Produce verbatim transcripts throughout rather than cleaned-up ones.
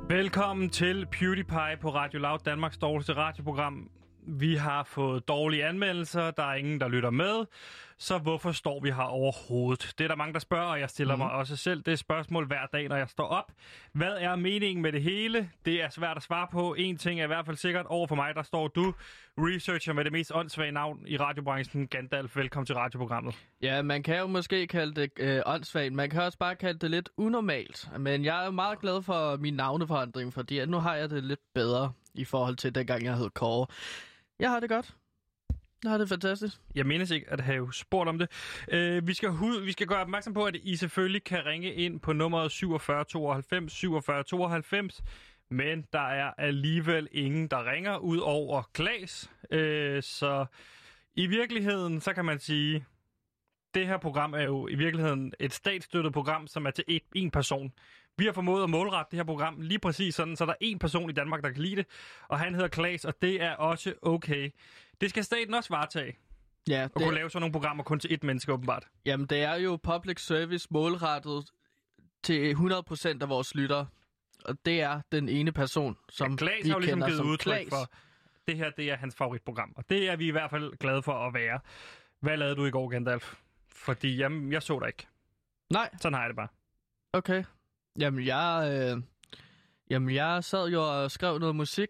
Velkommen til PewDiePie på Radio Loud, Danmarks dårligste radioprogram. Vi har fået dårlige anmeldelser, der er ingen, der lytter med, så hvorfor står vi her overhovedet? Det er der mange, der spørger, og jeg stiller mm. mig også selv det spørgsmål hver dag, når jeg står op. Hvad er meningen med det hele? Det er svært at svare på. En ting er i hvert fald sikkert. Over for mig, der står du, researcher med det mest åndssvage navn i radiobranchen, Gandalf. Velkommen til radioprogrammet. Ja, man kan jo måske kalde det øh, åndssvagt. Man kan også bare kalde det lidt unormalt. Men jeg er meget glad for min navneforandring, fordi at nu har jeg det lidt bedre i forhold til dengang, jeg hed Kåre. Jeg har det godt. Jeg har det fantastisk. Jeg mindes ikke at have spurgt om det. Uh, vi, skal hu- vi skal gøre opmærksom på, at I selvfølgelig kan ringe ind på nummeret syvogfyrre tooghalvfems syvogfyrre tooghalvfems, men der er alligevel ingen, der ringer ud over Klaas. Uh, så i virkeligheden, så kan man sige, det her program er jo i virkeligheden et statsstøttet program, som er til et, en person. Vi har formået at målrette det her program lige præcis sådan, så der er en person i Danmark, der kan lide det, og han hedder Klaas, og det er også okay. Det skal staten også varetage. Ja, og det... kunne lave sådan nogle programmer kun til ét menneske, åbenbart. Jamen, det er jo public service målrettet til hundrede procent af vores lyttere, og det er den ene person, som ja, Klaas vi har jo ligesom kender givet som udtryk Klaas. For, det her det er hans favoritprogram, og det er vi i hvert fald glade for at være. Hvad lavede du i går, Gandalf? Fordi jamen, jeg så dig ikke. Nej. Sådan har jeg det bare. Okay. Jamen, jeg, øh, jamen, jeg sad jo og skrev noget musik.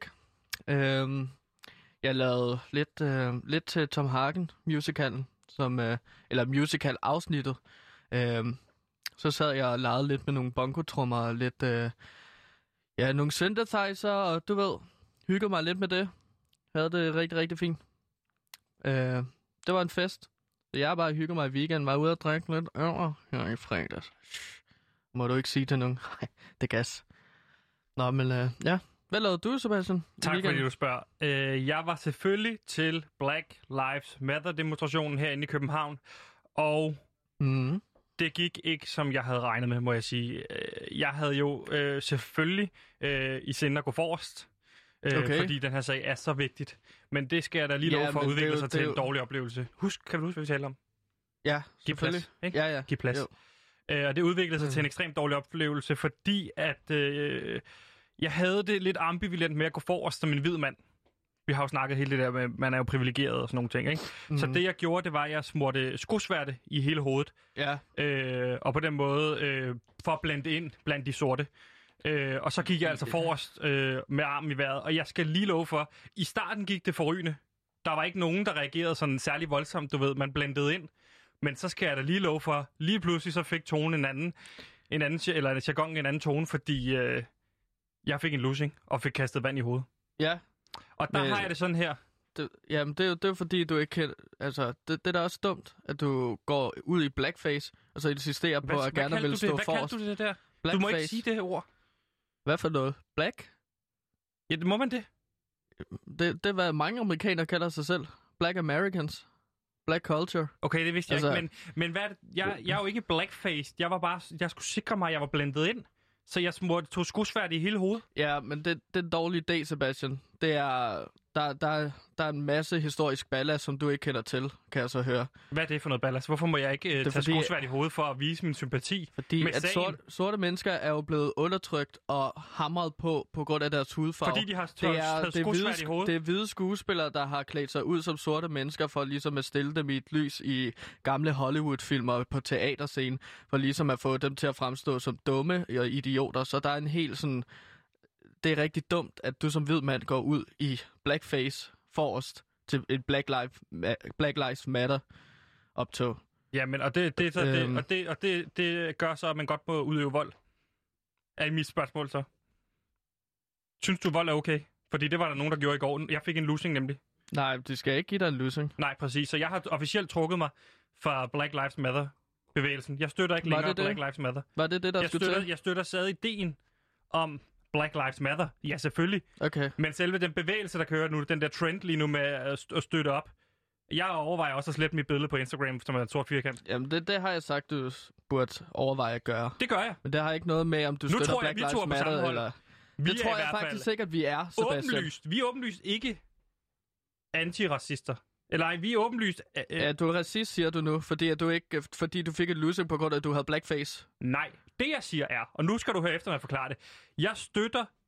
Øh, jeg lavede lidt, øh, lidt til Tom Hagen musicalen, som, øh, eller musical-afsnittet. Øh, så sad jeg og legede lidt med nogle bongotrummer og lidt, øh, ja, nogle synthesizer, og du ved, hyggede mig lidt med det. Havde det rigtig, rigtig fint. Øh, det var en fest. Jeg bare hygger mig i weekenden, var ude og drikke lidt over her i fredags. Må du ikke sige til nogen? Nej, det er gas. Nå, men uh, ja. Hvad lavede du, Sebastian? Tak fordi du spørger. Uh, jeg var selvfølgelig til Black Lives Matter-demonstrationen herinde i København, og mm. det gik ikke, som jeg havde regnet med, må jeg sige. Uh, jeg havde jo uh, selvfølgelig uh, i sinde at gå forrest, uh, okay. fordi den her sag er så vigtigt. Men det skal jeg da lige love ja, for at udvikle sig til en dårlig oplevelse. Husk, kan du huske, hvad vi taler om? Ja, Giv plads, ikke? Ja, ja. Giv plads. Jo. Uh, og det udviklede sig mm. til en ekstremt dårlig oplevelse, fordi at uh, jeg havde det lidt ambivalent med at gå forrest som en hvid mand. Vi har jo snakket hele det der med, man er jo privilegeret og sådan nogle ting, ikke? Mm. Så det jeg gjorde, det var, at jeg smurte skosværte i hele hovedet. Ja. Uh, og på den måde, uh, for at blende ind blandt de sorte. Uh, og så gik jeg altså forrest uh, med armen i vejret. Og jeg skal lige love for, i starten gik det forrygende. Der var ikke nogen, der reagerede sådan særlig voldsomt, du ved, man blendede ind. Men så skal jeg da lige love for, lige pludselig så fik tonen en anden, en anden eller en jargon en anden tone, fordi øh, jeg fik en losing og fik kastet vand i hovedet. Ja. Og der men, har jeg det sådan her. Det, jamen, det er jo det er fordi, du ikke kan... Altså, det, det er da også dumt, at du går ud i blackface, og så insisterer på, at gerne vil stå Hvad forrest. Hvad kaldte du det der? Blackface. Du må ikke sige det her ord. Hvad for noget? Black? Ja, det må man det. Det, det er, hvad mange amerikanere kalder sig selv. Black Americans. Black culture. Okay, det vidste jeg altså, ikke, men, men hvad, jeg, jeg er jo ikke blackfaced. Jeg var bare, jeg skulle sikre mig, at jeg var blendet ind. Så jeg smurte, tog skosværd i hele hovedet. Ja, men det, det er en dårlig idé, Sebastian. Det er, der, der, der er en masse historisk ballast, som du ikke kender til, kan jeg så høre. Hvad er det for noget ballast? Hvorfor må jeg ikke uh, tage fordi, skosværd i hovedet for at vise min sympati fordi med at sorte, sorte mennesker er jo blevet undertrykt og hamret på, på grund af deres hudfarve. Fordi de har taget, det er, taget skosværd i hovedet? Det er hvide skuespillere, der har klædt sig ud som sorte mennesker, for ligesom at stille dem i et lys i gamle Hollywood-filmer på teaterscenen, for ligesom at få dem til at fremstå som dumme og idioter. Så der er en helt sådan... Det er rigtig dumt, at du som hvid mand går ud i blackface forrest til et Black Lives, Black Lives Matter optog. Ja, men og det, det, så, øhm. det, og det, og det, det gør så, at man godt må udøve vold. Er mit spørgsmål så. Synes du, vold er okay? Fordi det var der nogen, der gjorde i går. Jeg fik en losing nemlig. Nej, det skal ikke give dig en losing. Nej, præcis. Så jeg har officielt trukket mig fra Black Lives Matter-bevægelsen. Jeg støtter ikke længere Black Lives Matter. Var det det, der jeg skulle støtter, til? Jeg støtter stadig ideen om Black Lives Matter. Ja, selvfølgelig. Okay. Men selve den bevægelse, der kører nu, den der trend lige nu med at støtte op. Jeg overvejer også at slette mit billede på Instagram, som er en sort firkant. Jamen, det, det har jeg sagt, du burde overveje at gøre. Det gør jeg. Men det har ikke noget med, om du nu støtter tror Black jeg, Lives Matter, eller... Vi det tror jeg faktisk ikke, at vi er, Sebastian. Åbenlyst. Vi er åbenlyst ikke antiracister. Eller ej, vi er åbenlyst... Øh, ja, du er racist, siger du nu, fordi, at du ikke, fordi du fik et losing på grund af, at du havde blackface. Nej, det jeg siger er, og nu skal du høre efter mig forklare det, jeg støtter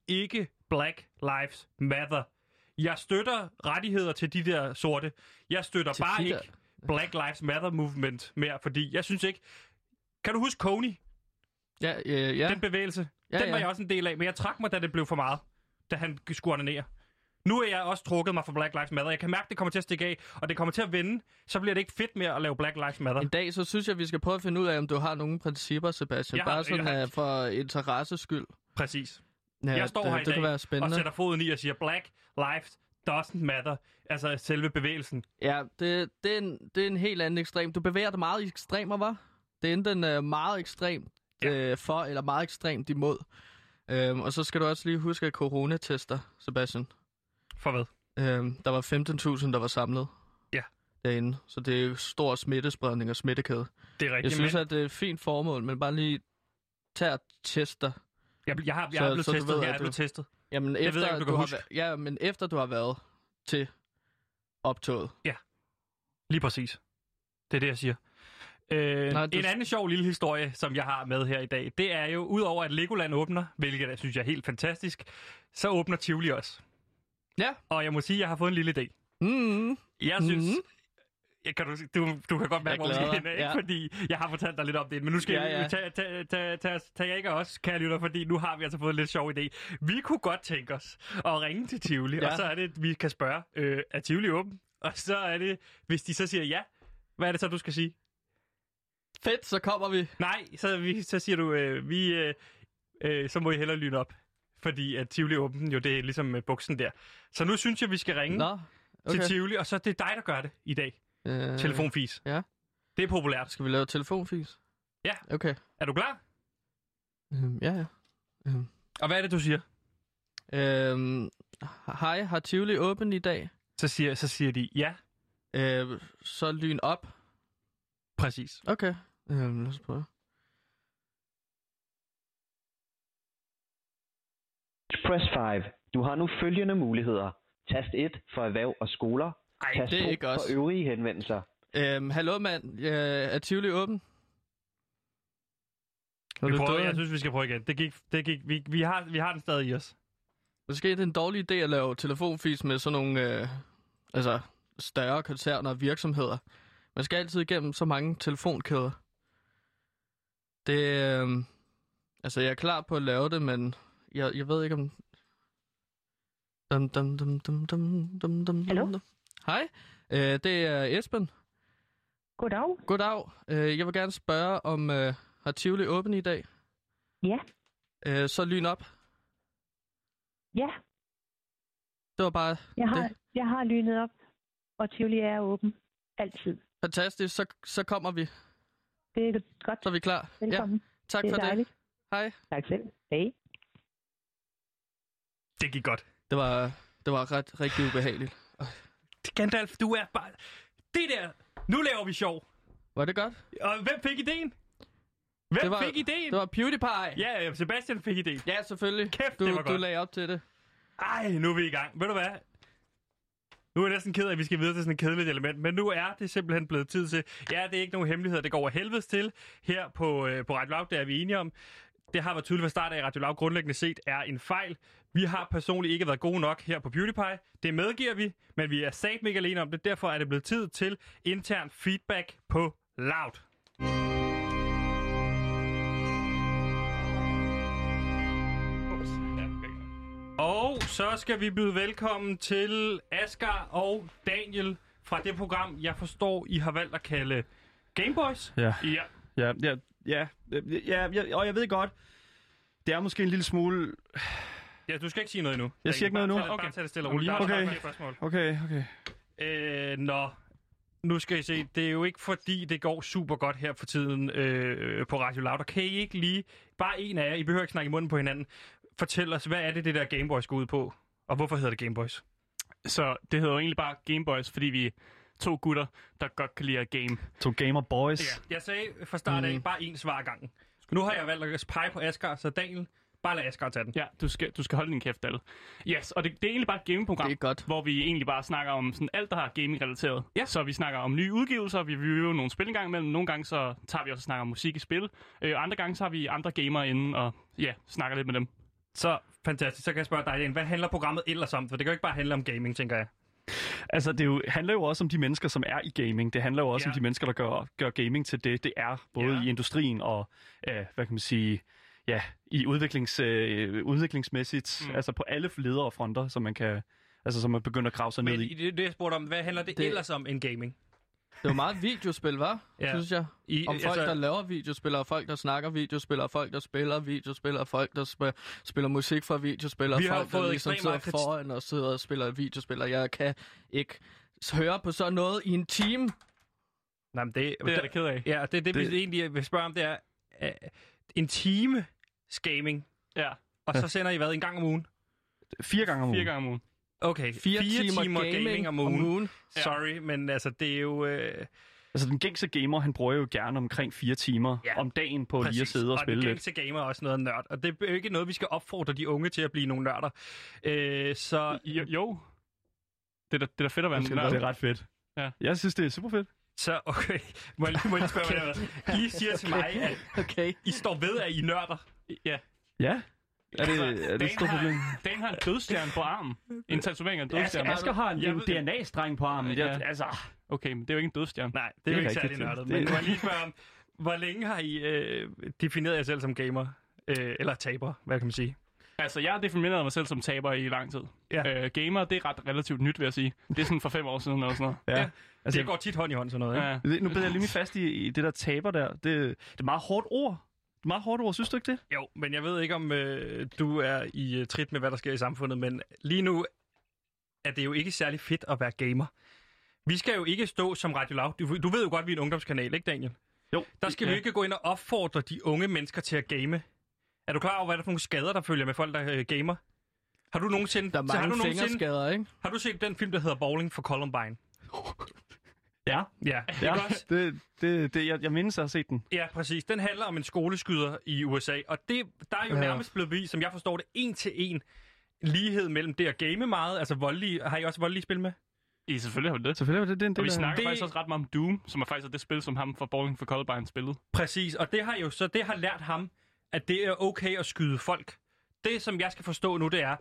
ikke Black Lives Matter. Jeg støtter rettigheder til de der sorte. Jeg støtter Til bare de ikke der- Black Lives Matter movement mere, fordi jeg synes ikke... Kan du huske Kony? Ja, øh, ja. Den bevægelse? Ja, Den var ja. jeg også en del af, men jeg trak mig, da det blev for meget. Da han skulle ordinere. Nu er jeg også trukket mig for Black Lives Matter. Jeg kan mærke, det kommer til at stikke af, og det kommer til at vende. Så bliver det ikke fedt mere at lave Black Lives Matter. En dag, så synes jeg, vi skal prøve at finde ud af, om du har nogle principper, Sebastian. Jeg har- Bare sådan jeg har- uh, for interesses skyld. Præcis. Ja, Jeg står det, her i det kan dag være spændende. og sætter foden i og siger, Black Lives doesn't matter. Altså selve bevægelsen. Ja, det, det, er en, det er en helt anden ekstrem. Du bevæger dig meget i ekstremer, var? Det er enten uh, meget ekstremt Ja. øh, for, eller meget ekstremt imod. Øhm, og så skal du også lige huske at coronatester, Sebastian. For hvad? Øhm, der var femten tusind, der var samlet Ja. derinde. Så det er jo stor smittespredning og smittekæde. Det er rigtigt. Jeg synes, men at det er et fint formål, men bare lige tage og teste. jeg, jeg, har, jeg så- er blevet så du testet. ved, jeg at er blevet du- testet. Jamen, ved efter, jeg ikke, om du kan har huske. væ- ja, men efter du har været til optoget. Lige præcis. Det er det, jeg siger. Øh, Nej, du- En anden sjov lille historie, som jeg har med her i dag, det er jo, udover at Legoland åbner, hvilket jeg synes jeg er helt fantastisk, så åbner Tivoli også. Ja. Og jeg må sige, at jeg har fået en lille idé. Mm. Jeg synes... Mhm. Jeg kan, du, du, du kan godt mærke, Jeg hvor vi glæder skal hen, mig, ikke? ja. Fordi jeg har fortalt dig lidt om det. Men nu skal Ja, ja, ja. ja. tage, tage, tage, tage, tage jer ikke også, kære lytter, fordi nu har vi altså fået en lidt sjov idé. Vi kunne godt tænke os at ringe til Tivoli, Ja. og så er det, at vi kan spørge, øh, er Tivoli åben? Og så er det, hvis de så siger ja, hvad er det så, du skal sige? Fedt, så kommer vi. Nej, så, vi, så siger du, øh, vi, øh, øh, så må I hellere lyne op. Fordi at Tivoli åben, jo det er ligesom med buksen der. Så nu synes jeg, vi skal ringe Nå, okay. okay. til Tivoli, og så er det dig, der gør det i dag. Øh, Telefonfis. ja. Det er populært. Skal vi lave telefonfis? Ja. Okay. Er du klar? Øhm, ja, ja. Øhm. Og hvad er det, du siger? Øhm, hej, har Tivoli åben i dag? Så siger, så siger de ja. Øh, så lyn op. Præcis. Okay. Øhm, lad os prøve. Press fem. Du har nu følgende muligheder. Tast et for erhverv og skoler. Ej, Tast det er to ikke os. for øvrige henvendelser. Øhm, hallo mand, øh, er Tivoli åben? Er Vi du prøver, død? jeg synes, vi skal prøve igen. Det gik, det gik, vi, vi, har, vi har den stadig i os. Måske er det en dårlig idé at lave telefonfis med sådan nogle øh, altså større koncerner og virksomheder. Man skal altid igennem så mange telefonkæder. Det, øh, altså jeg er klar på at lave det, men jeg, jeg ved ikke om... Dum, dum, dum, dum, dum, dum, dum, Hallo? dum. Hej, øh, det er Esben. Goddag. Goddag. Øh, jeg vil gerne spørge, om øh, har Tivoli åben i dag? Ja. Øh, så lyn op. Ja, Det var bare jeg har, det. jeg har lynet op, og Tivoli er åben. Altid. Fantastisk. Så, så kommer vi. Det er godt. Så er vi klar. Velkommen. Ja, tak det er for dejligt. det. Hej. Tak selv. Hej. Det gik godt. Det var, det var ret, rigtig ubehageligt. Gandalf, du er bare... Det der... Nu laver vi sjov. Var det godt? Og hvem fik ideen? Hvem Det var- fik ideen? Det var PewDiePie. Ja, Sebastian fik ideen. Ja, selvfølgelig. Kæft, du, det var du godt. lagde op til det. Ej, nu er vi i gang. Ved du hvad? Nu er jeg næsten ked af, at vi skal videre til sådan et kedeligt element, men nu er det simpelthen blevet tid til... Ja, det er ikke nogen hemmelighed, det går over helvedes til her på, øh, på Radio Loud, det er vi enige om. Det har været tydeligt fra start af, at Radio Loud grundlæggende set er en fejl. Vi har personligt ikke været gode nok her på PewDiePie. Det medgiver vi, men vi er satme ikke alene om det. Derfor er det blevet tid til intern feedback på Loud. Og så skal vi byde velkommen til Asger og Daniel fra det program, jeg forstår, I har valgt at kalde Gameboys. Ja. Ja. Ja, ja, ja, ja, ja, og jeg ved godt, det er måske en lille smule... Ja, du skal ikke sige noget endnu. Jeg siger ikke noget Bare nu? tag det- Okay. Bare tag det stille og roligt. Jeg har Okay. okay. et spørgsmål. Okay, okay. Øh, nå, nu skal I se. Det er jo ikke fordi, det går super godt her for tiden øh, på Radio Loud. Og kan I ikke lige, bare en af jer, I behøver ikke snakke i munden på hinanden, fortæl os, hvad er det, det der Gameboys går ud på? Og hvorfor hedder det Gameboys? Så det hedder jo egentlig bare Gameboys, fordi vi er to gutter, der godt kan lide at game. To Gamer Boys. Ja, jeg sagde fra start af, Mm. bare én svar ad gangen. Nu har jeg valgt at pege på Asger, så Daniel, bare lad Asger tage den. Ja, du skal, du skal holde din kæft, Dalle. Yes, og det, det er egentlig bare et gamingprogram, Det er godt. hvor vi egentlig bare snakker om sådan alt, der har gaming-relateret. Ja. Så vi snakker om nye udgivelser, vi reviewer nogle spil en gang imellem. Nogle gange så tager vi også og snakker om musik i spil. Øh, andre gange så har vi andre gamere inde og ja, snakker lidt med dem. Så fantastisk. Så kan jeg spørge dig, Jan, hvad handler programmet ellers om? For det kan jo ikke bare handle om gaming, tænker jeg. Altså, det er jo, handler jo også om de mennesker, som er i gaming. Det handler jo også Ja. om de mennesker, der gør, gør gaming til det, det er. Både Ja. i industrien og, øh, hvad kan man sige, ja, i udviklings, øh, udviklingsmæssigt. Mm. Altså på alle ledere og fronter, som man kan, altså som man begynder at grave sig Men ned i i. det, det jeg spurgte om, hvad handler det, Det- det ellers om en gaming? Det var meget videospil, hva'? Ja. Synes jeg. I, Om folk, der laver videospil, og folk, der snakker videospil, og folk, der spiller videospil, og folk, der sp- spiller musik for videospil, og Vi har folk, fået der ligesom ekstremt sidder meget kritik- foran og sidder og spiller videospil, og jeg kan ikke høre på sådan noget i en time. Nej, men det, Det er jeg da ked af. Ja, det er det, Det- vi egentlig vil spørge om, det er uh, en time gaming, Ja, og så sender I hvad, en gang om ugen? Fire gange om ugen. fire gange om ugen. Okay, Fire, timer, timer gaming, gaming om ugen. Om ugen. Sorry, men altså, det er jo... Øh, Altså, den gængse gamer, han bruger jo gerne omkring fire timer Ja, ja, om dagen på lige at sidde og spille Og den lidt. gængse gamer er også noget nørd, og det er jo ikke noget, vi skal opfordre de unge til at blive nogle nørder. Øh, så Jo, jo. Det er da, det er da fedt at være en Det nørd. er ret fedt. Ja. Jeg synes, det er super fedt. Så, okay, må jeg, lige- må jeg lige spørge, okay. hvad I siger til mig, at Okay. I står ved, at I er nørder. Ja. Ja. Er det, er det et Dan stort problem? har, Dan har en dødstjerne på armen. En tatovering af en dødstjerne. Asger har en, Jeg en ved- D N A-streng på armen. Ja. Ja. Altså, Okay, men det er jo ikke en dødstjerne. Nej, det er jo Det er ikke rigtigt. særlig nørdet. Det- Men må jeg lige spørge om, hvor længe har I øh, defineret jer selv som gamer? Øh, eller taber, hvad kan man sige? Altså, jeg har defineret mig selv som taber i lang tid. Ja. Øh, gamer, det er ret relativt nyt, vil jeg sige. Det er sådan for fem år siden eller sådan noget. ja. Ja. Altså, Det går tit hånd i hånd, sådan noget, ikke? Ja. det- nu beder jeg lige fast i, i det der taber der. Det, det er meget hårdt ord. Det er meget hårdt ord, synes du ikke det? Jo, men jeg ved ikke, om øh, du er i uh, trit med, hvad der sker i samfundet, men lige nu er det jo ikke særlig fedt at være gamer. Vi skal jo ikke stå som Radio Loud. Du, du ved jo godt, vi er en ungdomskanal, ikke Daniel? Jo. Der skal ja. vi jo ikke gå ind og opfordre de unge mennesker til at game. Er du klar over, hvad der er for nogle skader, der følger med folk, der øh, gamer? Har du nogensinde, Der er så har, mange du nogensinde fingerskader, ikke? har du set den film, der hedder Bowling for Columbine? Ja. Ja, Ja, ikke også? det, det, det, jeg, jeg mindes, at have set den. Ja, præcis. Den handler om en skoleskyder i U S A, og det, der er jo Ja. nærmest blevet vist, som jeg forstår det, en til en lighed mellem det at game meget, altså voldelige. Har I også voldelige spil med? I selvfølgelig har vi det. Selvfølgelig var det den Og vi del af- snakker Det- faktisk også ret meget om Doom, som er faktisk det spil, som ham fra Bowling for Columbine spillede. Præcis, og det har jo så det har lært ham, at det er okay at skyde folk. Det, som jeg skal forstå nu, det er,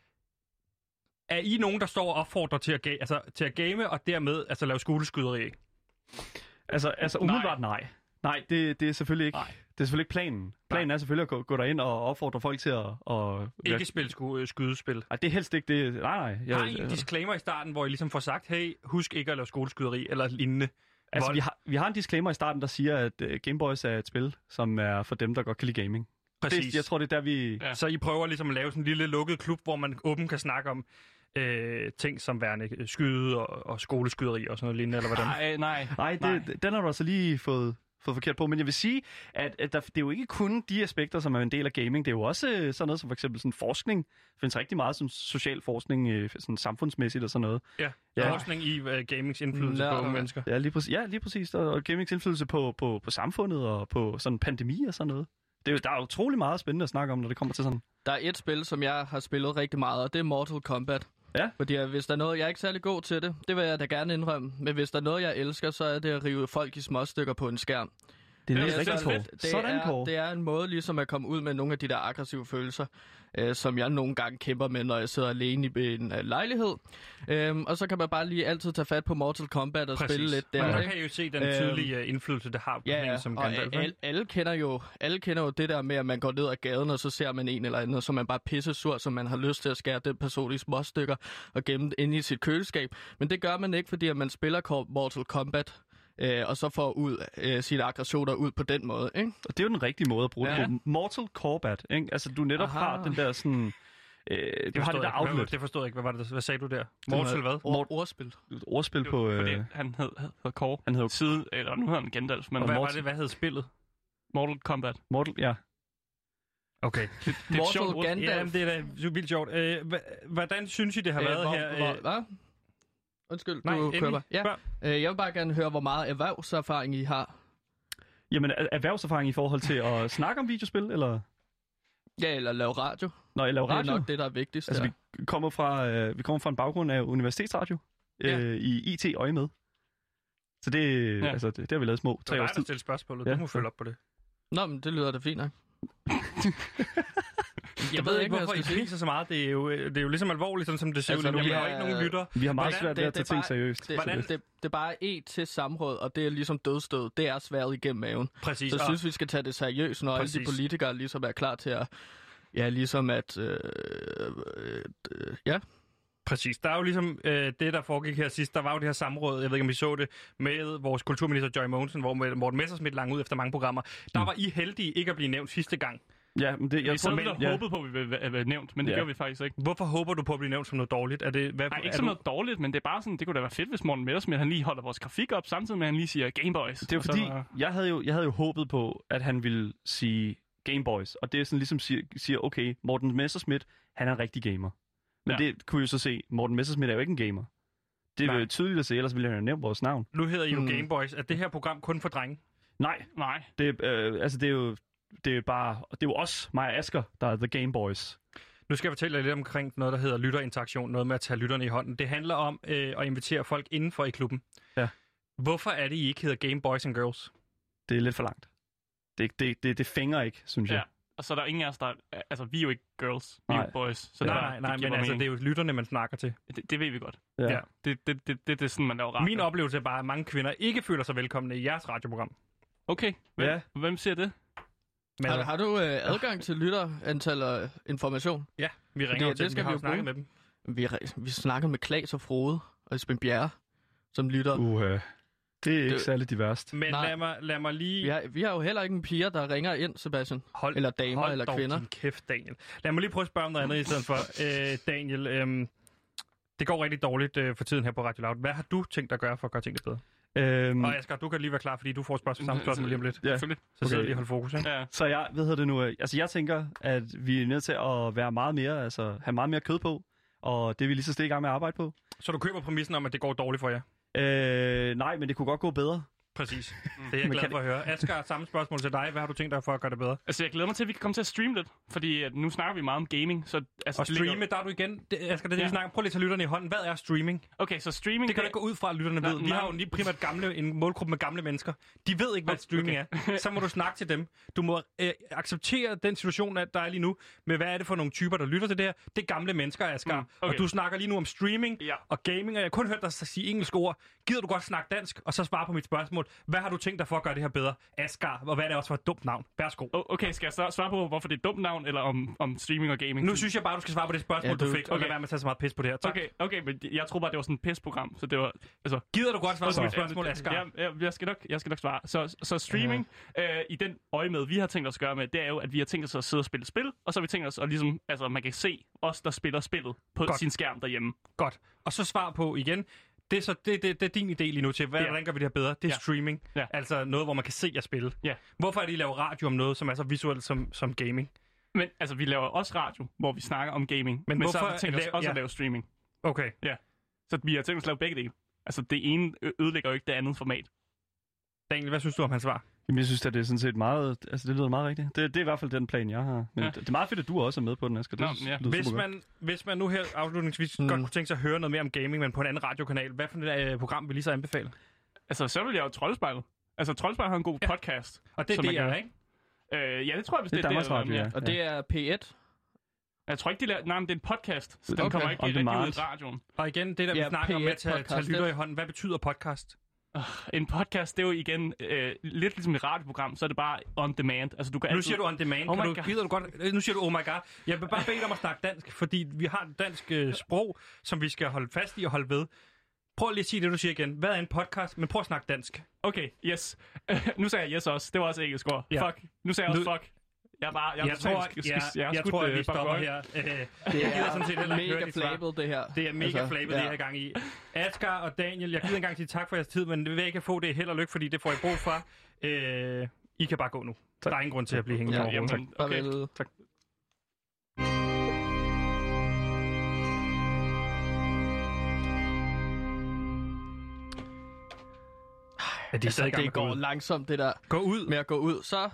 er I nogen, der står og opfordrer til at, ga- altså, til at game, og dermed altså, lave skoleskyderi? Altså, altså umiddelbart nej. Nej, det, det er selvfølgelig ikke. Nej. Det er selvfølgelig ikke planen. Planen er selvfølgelig at gå, gå derind og opfordre folk til at... at Ikke spille sku- øh, skydespil. Nej, det er helst ikke det. Nej, nej. Jeg, Har I en disclaimer i starten, hvor I ligesom får sagt, hey, husk ikke at lave skoleskyderi eller lignende? altså, vold? vi har, vi har en disclaimer i starten, der siger, at uh, Game Boys er et spil, som er for dem, der godt kan lide gaming. Præcis. Det, jeg tror, det er der, vi... Ja. Så I prøver ligesom at lave sådan en lille lukket klub, hvor man åbent kan snakke om øh, ting som værende skyde og, og skoleskyderi og sådan noget lignende, eller hvordan? Nej, nej. Nej, Nej. det, den har du altså lige fået, fået forkert på. Men jeg vil sige, at, at der, det er jo ikke kun de aspekter, som er en del af gaming. Det er jo også øh, sådan noget som for eksempel sådan forskning. Der findes rigtig meget sådan social forskning, øh, sådan samfundsmæssigt og sådan noget. Ja, Ja. forskning i uh, gamings indflydelse Nå, på unge ja. mennesker. Ja, lige præcis. Ja, lige præcis. Og, og gamings indflydelse på, på, på samfundet og på sådan pandemi og sådan noget. Det er jo, der er utrolig meget spændende at snakke om, når det kommer til sådan. Der er et spil, som jeg har spillet rigtig meget, og det er Mortal Kombat. Ja. Fordi at hvis der er noget, jeg er ikke særlig god til det, det vil jeg da gerne indrømme. Men hvis der er noget, jeg elsker, så er det at rive folk i småstykker på en skærm. Det er er lidt rigtig fedt. Kåre. Det, Sådan, er, Kåre. det er en måde ligesom at komme ud med nogle af de der aggressive følelser, øh, som jeg nogle gange kæmper med, når jeg sidder alene i en uh, lejlighed. Øhm, og så kan man bare lige altid tage fat på Mortal Kombat og Præcis. spille lidt Men der. der ikke? kan I jo se den Øhm, tydelige øh, indflydelse, det har på Ja, en ja. som og Gandalf. alle, alle, kender jo, alle kender jo det der med, at man går ned ad gaden, og så ser man en eller anden, og så er man bare pisse sur, så man har lyst til at skære den person i småstykker og gemme det inde i sit køleskab. Men det gør man ikke, fordi at man spiller Mortal Kombat, øh, og så får ud øh, sine aggressioner ud på den måde, ikke? Og det er jo den rigtige måde at bruge Ja. det på. Mortal Kombat, ikke? Altså, du netop Aha. har den der sådan... Øh, Det du har forstod, det jeg der ikke. Hvad- outlet. det forstod jeg ikke. Hvad var det? Hvad sagde du der? Mortal hvad? Ord, ordspil. Et ordspil Det på... var, Øh, fordi han hed, hed, hed Kåre. han hedder Side, eller nu hedder han Gandalf, men Og hvad var Mortal, det? Hvad hed spillet? Mortal Kombat. Mortal, ja. Okay. Det er et sjovt Mortal ord. Ja, Gandalf. men det er da vildt sjovt. Øh, hva- hvordan synes I, det har Øh, været hvor, her? Hvor, Øh, hvad? Undskyld, nej, du køber. endelig. Ja. Spørg. Øh, jeg vil bare gerne høre, hvor meget erhvervserfaring I har. Jamen, er- erhvervserfaring i forhold til at snakke om videospil, eller Ja, eller lave radio. når jeg laver Det er radio? nok det, der er vigtigst. Altså, der. vi kommer, fra, øh, vi kommer fra en baggrund af universitetsradio Ja. øh, i I T-øje med. Så det, Ja. ja. altså, det, det har vi lavet små Det tre var års dig, der tid. stillede spørgsmålet. Ja. Du må følge op på det. Nå, men det lyder da fint nok. Jeg ved ikke, hvorfor I griser så meget. Det er, jo, det er jo ligesom alvorligt, sådan som det ser Altså, ud nu. det Vi har er- jo ikke nogen lytter. Vi har meget Hvordan- svært ved at tage det- det er ting bare- seriøst. Det, Hvordan- det, det, det er bare et til samråd, og det er ligesom dødstød. Det er svært igennem maven. Præcis. Så jeg og- synes, vi skal tage det seriøst, når alle de Præcis. politikere ligesom er klar til at... Ja, ligesom at... Øh, øh, øh, ja, Præcis. Der er jo ligesom øh, det, der foregik her sidst. Der var jo det her samråd, jeg ved ikke, om I så det, med vores kulturminister Joy Mogensen, hvor Morten Messerschmidt lang ud efter mange programmer. Der var I heldige ikke at blive nævnt sidste gang. Ja, men det, Jeg jeg vi tror, sad men, lidt og ja. håbede på, at vi ville være- være nævnt, men det Ja. gjorde vi faktisk ikke. Hvorfor håber du på at blive nævnt som noget dårligt? Er det, hvad, Nej, ikke er som du... noget dårligt, men det er bare sådan, det kunne da være fedt, hvis Morten Messerschmidt, han lige holder vores grafik op, samtidig med, at han lige siger Gameboys. Det er jo fordi, jeg havde jo, jeg havde jo håbet på, at han ville sige Gameboys, og det er sådan ligesom siger, siger okay, Morten Messerschmidt, han er en rigtig gamer. Men Ja. det kunne vi jo så se, Morten Messerschmidt er jo ikke en gamer. Det er Nej. jo tydeligt at se, ellers ville han have nævnt vores navn. Nu hedder I jo Hmm. Gameboys. Er det her program kun for drenge? Nej, Nej. det, øh, altså det er jo det er bare, det er jo os, mig og Asger, der er The Gameboys. Nu skal jeg fortælle jer lidt omkring noget, der hedder lytterinteraktion. Noget med at tage lytterne i hånden. Det handler om øh, at invitere folk indenfor i klubben. Ja. Hvorfor er det, I ikke hedder Game Boys and Girls? Det er lidt for langt. Det, det, det, det fænger ikke, synes jeg. Ja. Og så er der ingen af os, der... Altså, vi er jo ikke girls, vi er Nej. jo boys. Så Nej, der, nej, nej, det giver men altså, mening. det er jo lytterne, man snakker til. det, det ved vi godt. Ja. Ja. Det, det, det, det, det er sådan, man laver radio. Min oplevelse er bare, at mange kvinder ikke føler sig velkomne i jeres radioprogram. Okay, hvem, Ja. hvem siger det? Men har, har du øh, adgang til lytterantal og information? ja, vi ringer Fordi jo det til dem, skal vi har vi jo jo snakket bruge. med dem. Vi, re- vi snakkede med Klaas og Frode og Esben Bjerre som lytter. Uh, det er ikke Det- særlig diverst. Men Nej. lad mig, lad mig lige... Vi har, vi har jo heller ikke en piger, der ringer ind, Sebastian. Hold, Eller damer hold eller dog kvinder. din kæft, Daniel. Lad mig lige prøve at spørge om noget andet i stedet for. Øh, Daniel, øh, det går rigtig dårligt øh, for tiden her på Radio Loud. Hvad har du tænkt dig at gøre for at gøre tingene bedre? Øhm, Og Asger, du kan lige være klar, fordi du får spørgsmål, samme spørgsmål lige om lidt. Ja. Selvfølgelig. Så sidder Okay. lige og holder fokus, ikke? Ja. Så jeg, hvad hedder det nu? øh, Altså, jeg tænker, at vi er nødt til at være meget mere, altså, have meget mere kød på. Og det er vi lige så stille i gang med at arbejde på. Så du køber præmissen om, at det går dårligt for jer? Øh, nej, men det kunne godt gå bedre. Præcis. Det er jeg Men glad kan for at høre. Asger, samme spørgsmål til dig. Hvad har du tænkt dig for at gøre det bedre? Altså, jeg glæder mig til, at vi kan komme til at streame lidt. Fordi at nu snakker vi meget om gaming. Så, altså, Og det ligger- streame, der er du igen. Det, Asger, det er det, Ja. vi snakker om. Prøv lige at tage lytterne i hånden. Hvad er streaming? Okay, så streaming... Det kan du ikke gå ud fra, at lytterne Nej, ved. Vi nej. har jo lige primært gamle, en målgruppe med gamle mennesker. De ved ikke, hvad Okay. streaming er. Så må du snakke til dem. Du må øh, acceptere den situation, at der er lige nu, med hvad er det for nogle typer, der lytter til det her. Det er gamle mennesker, Asger. Mm, okay. Og du snakker lige nu om streaming Ja. og gaming, og jeg har kun hørt dig sige engelske ord. Gider du godt snakke dansk, og så svare på mit spørgsmål. Hvad har du tænkt dig for at gøre det her bedre? Asger, og hvad er det også for et dumt navn? Værsgo. O- Okay, skal jeg så svare på, hvorfor det er et dumt navn, eller om, om streaming og gaming? Nu synes jeg bare, du skal svare på det spørgsmål, Ja, du du- fik, og lad okay. være med at tage så meget pis på det her. Tak. Okay, okay, men jeg troede bare, det var sådan et pisprogram, så det var... Altså, Gider du godt svare på Så- mit spørgsmål, Asger? Ja, ja, jeg, skal nok, jeg skal nok svare. Så, så streaming, øh, i den øje med, vi har tænkt os at gøre med, det er jo, at vi har tænkt os at sidde og spille spil, og så har vi tænkt os at ligesom, altså man kan se os, der spiller spillet på Godt. sin skærm derhjemme. Godt. Og så svar på igen. Det er, så, det, det, det er din idé lige nu til, hvad, Ja. hvordan gør vi det her bedre? Det er Ja. streaming. Ja. Altså noget, hvor man kan se jer spille. Ja. Hvorfor er det, I laver radio om noget, som er så visuelt som, som gaming? Men altså, vi laver også radio, hvor vi snakker om gaming, men, men så hvorfor har vi tænkt os lave- også ja. at lave streaming. Okay. Så vi har tænkt os at lave begge dele. Altså, det ene ø- ødelægger jo ikke det andet format. Daniel, hvad synes du om hans svar? Jamen, jeg synes, at det er sådan set meget, altså det lyder meget rigtigt. Det, det er i hvert fald den plan, jeg har. Men Ja. ja. det er meget fedt, at du også er med på den, Asger. Det Nå, synes- ja. lyder Hvis super godt. man, hvis man nu her afslutningsvis Mm. godt kunne tænke sig at høre noget mere om gaming, men på en anden radiokanal, hvad for et øh, program vil lige så anbefale? Altså, så vil jeg jo Troldspejlet. Altså, Troldspejlet har en god Ja. podcast. Og det er Som man det, kan- er, ikke? Øh, ja, det tror jeg, hvis Det er det, Danmarks det, Radio, ja. Og det er P et. Jeg tror ikke, de laver... Nej, men det er en podcast, så den Okay. kommer ikke On rigtig ud demand. i radioen. Og igen, det der, vi Ja, snakker om P med et at tage, tage podcast, lytter i ikke? hånden. Hvad betyder podcast? En podcast, det er jo igen øh, lidt ligesom et radioprogram, så er det bare on demand. Altså, du kan Nu altid... siger du on demand. Oh Kan my du, God. gider du godt? øh, Nu siger du oh my god. Jeg vil bare bede dig om at snakke dansk, fordi vi har et dansk øh, sprog, som vi skal holde fast i og holde ved. Prøv lige at sige det, du siger igen. Hvad er en podcast? Men prøv at snakke dansk. Okay, yes. nu sagde jeg yes også. Det var også engelsk ord. Ja. Fuck. Nu sagde jeg også Nu- fuck. Jeg er bare... Jeg, er Jeg, totalt tror, sk- sk- jeg, jeg, har jeg skudt, tror, at øh, vi stopper Bob Roy. her. Øh, Det jeg gider sådan set heller ikke høre mega dit svar. flabet, det her. Det er mega Altså, flabet, ja. det her i gang i. Asger og Daniel, jeg gider engang sige tak for jeres tid, men det vil jeg ikke få det held og lykke, fordi det får I brug for. Øh, I kan bare gå nu. Der er ingen grund til at blive hængende Ja, overhovedet. Jamen, okay. Farvel. Tak. Ja, de er Altså, stadig i gang med det at gå går ud. langsomt, det der Gå ud. med at gå ud. Så,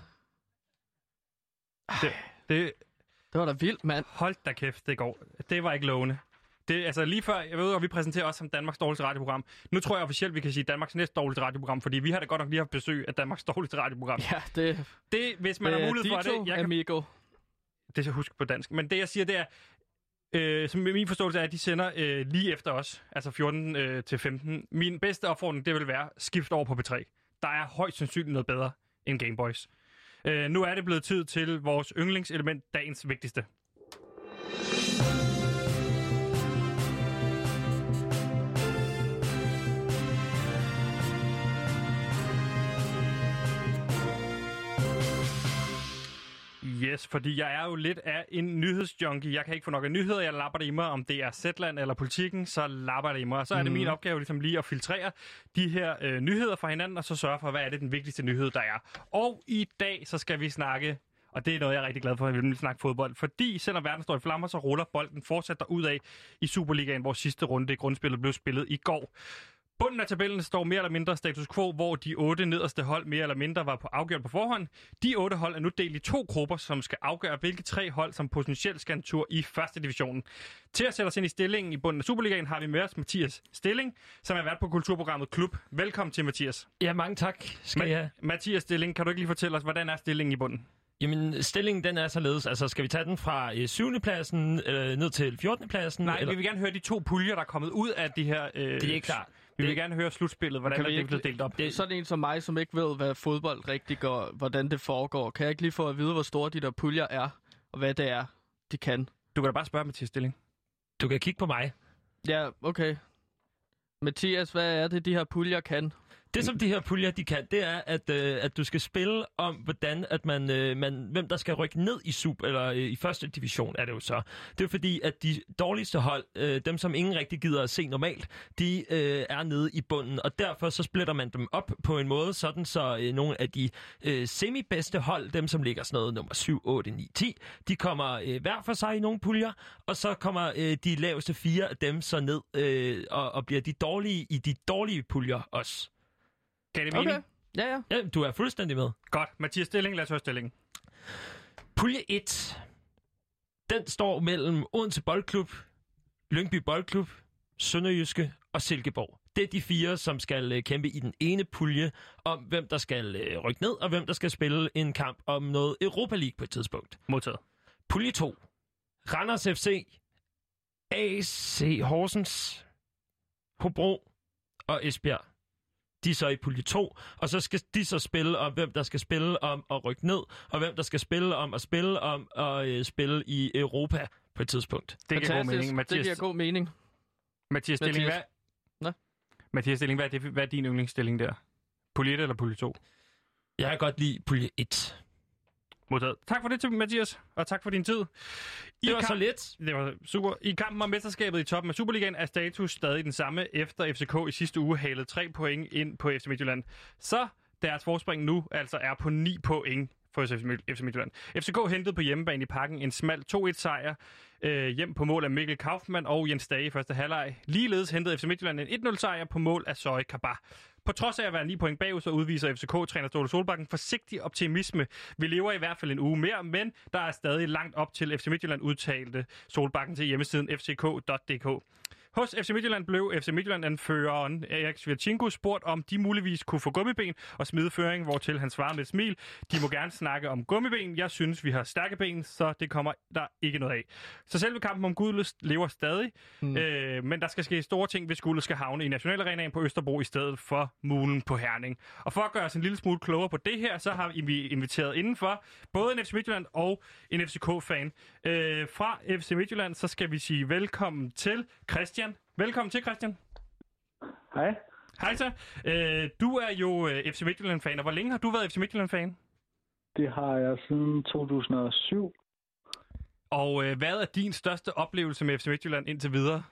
Det, det, det var da vildt, mand. hold da kæft, det går. Det var ikke lovende. Det, altså lige før, jeg ved, at vi præsenterer os som Danmarks dårligste radioprogram. Nu tror jeg officielt, vi kan sige Danmarks næst dårligste radioprogram, fordi vi har da godt nok lige haft besøg af Danmarks dårligste radioprogram. Ja, det, Det, hvis man det har er mulighed for Dito, det, jeg kan, amigo. det skal jeg huske på dansk. Men det, jeg siger, det er, øh, som min forståelse er, at de sender øh, lige efter os, altså fjorten til femten. Min bedste opfordring, det vil være, skift over på P tre. Der er højst sandsynligt noget bedre end Game Boys. Øh, nu er det blevet tid til vores yndlingselement, dagens vigtigste. Yes, fordi jeg er jo lidt af en nyhedsjunkie. Jeg kan ikke få nok af nyheder. Jeg lapper det i mig, om det er Zetland eller Politikken, så lapper det i mig. Og så er det mm. min opgave ligesom lige at filtrere de her øh, nyheder fra hinanden, og så sørge for, hvad er det den vigtigste nyhed, der er. Og i dag, så skal vi snakke, og det er noget, jeg er rigtig glad for, at vi vil snakke fodbold. Fordi selvom verden står i flammer, så ruller bolden fortsat derudad i Superligaen, hvor sidste runde i grundspillet blev spillet i går. Bunden af tabellen står mere eller mindre status quo, hvor de otte nederste hold mere eller mindre var på afgjort på forhånd. De otte hold er nu delt i to grupper, som skal afgøre, hvilke tre hold, som potentielt skal en tur i første divisionen. Til at sætte os ind i stillingen i bunden af Superligaen har vi med os Mathias Stilling, som er vært på kulturprogrammet Klub. Velkommen til, Mathias. Ja, mange tak. Skal Ma- jeg... Mathias Stilling, kan du ikke lige fortælle os, hvordan er stillingen i bunden? Jamen, stillingen den er således. Altså, skal vi tage den fra øh, syvende pladsen øh, ned til fjortende pladsen? Nej, eller? vi vil gerne høre de to puljer, der er kommet ud af de her... Øh, Det er ikke klart. Vi vil gerne høre slutspillet, hvordan Kan er vi det ikke- blevet delt op. Det er sådan en som mig, som ikke ved, hvad fodbold rigtig går, hvordan det foregår. Kan jeg ikke lige få at vide, hvor store de der puljer er, og hvad det er, de kan? Du kan da bare spørge Mathias Stilling. Du kan kigge på mig. Ja, okay. Mathias, hvad er det, de her puljer kan? Det, som de her puljer, de kan, det er, at, øh, at du skal spille om, hvordan at man, øh, man, hvem der skal rykke ned i super eller øh, i første division, er det jo så. Det er fordi, at de dårligste hold, øh, dem som ingen rigtig gider at se normalt, de øh, er nede i bunden, og derfor så splitter man dem op på en måde, sådan så øh, nogle af de øh, semi-bedste hold, dem som ligger sådan noget nummer syv, otte, ni, ti, de kommer øh, hver for sig i nogle puljer, og så kommer øh, de laveste fire af dem så ned øh, og, og bliver de dårlige i de dårlige puljer også. Kan det mening? Okay. Ja, ja. Ja, du er fuldstændig med. Godt. Mathias Stilling, lad os høre stillingen. Pulje et, den står mellem Odense Boldklub, Lyngby Boldklub, Sønderjyske og Silkeborg. Det er de fire, som skal øh, kæmpe i den ene pulje om, hvem der skal øh, rykke ned, og hvem der skal spille en kamp om noget Europa League på et tidspunkt. Modtaget. Pulje to, Randers F C, A C Horsens, Hobro og Esbjerg. De er så i pulje to, og så skal de så spille om, hvem der skal spille om at rykke ned, og hvem der skal spille om at spille om at øh, spille i Europa på et tidspunkt. Det giver god mening. Det Mathias, giver god mening. Mathias Stilling, Mathias. hvad? Nå? Mathias Stilling, hvad er, det, hvad er din yndlingsstilling der? Pulje et eller pulje to? Jeg kan godt lide pulje et. Modtaget. Tak for det, til Mathias, og tak for din tid. I Det var kamp... så lidt. Det var super. I kampen om mesterskabet i toppen af Superligaen er status stadig den samme, efter F C K i sidste uge halede tre point ind på F C Midtjylland. Så deres forspring nu altså er på ni point for F C Midtjylland. F C K hentede på hjemmebane i Parken en smal to et sejr øh, hjem på mål af Mikkel Kaufmann og Jens Dage i første halvleg. Ligeledes hentede F C Midtjylland en et nul sejr på mål af Zoe Kabar. På trods af at være ni point bagud, så udviser F C K-træner Ståle Solbakken forsigtig optimisme. Vi lever i hvert fald en uge mere, men der er stadig langt op til F C Midtjylland, udtalte Solbakken til hjemmesiden f c k punktum d k. Hos F C Midtjylland blev F C Midtjylland-anføreren Erik Svirchenko spurgt, om de muligvis kunne få gummiben og smide føring, hvortil han svarede med et smil. De må gerne snakke om gummiben. Jeg synes, vi har stærke ben, så det kommer der ikke noget af. Så selve kampen om guldet lever stadig, mm. øh, men der skal ske store ting, hvis guldet skal havne i Nationalarenaen på Østerbro i stedet for Mulen på Herning. Og for at gøre os en lille smule klogere på det her, så har vi inviteret indenfor både en F C Midtjylland og en F C K-fan. Øh, fra F C Midtjylland, så skal vi sige velkommen til Christian. Velkommen til, Christian. Hej. Hej så. Øh, du er jo F C Midtjylland-fan, og hvor længe har du været F C Midtjylland-fan? Det har jeg siden to tusind og syv. Og øh, hvad er din største oplevelse med F C Midtjylland indtil videre?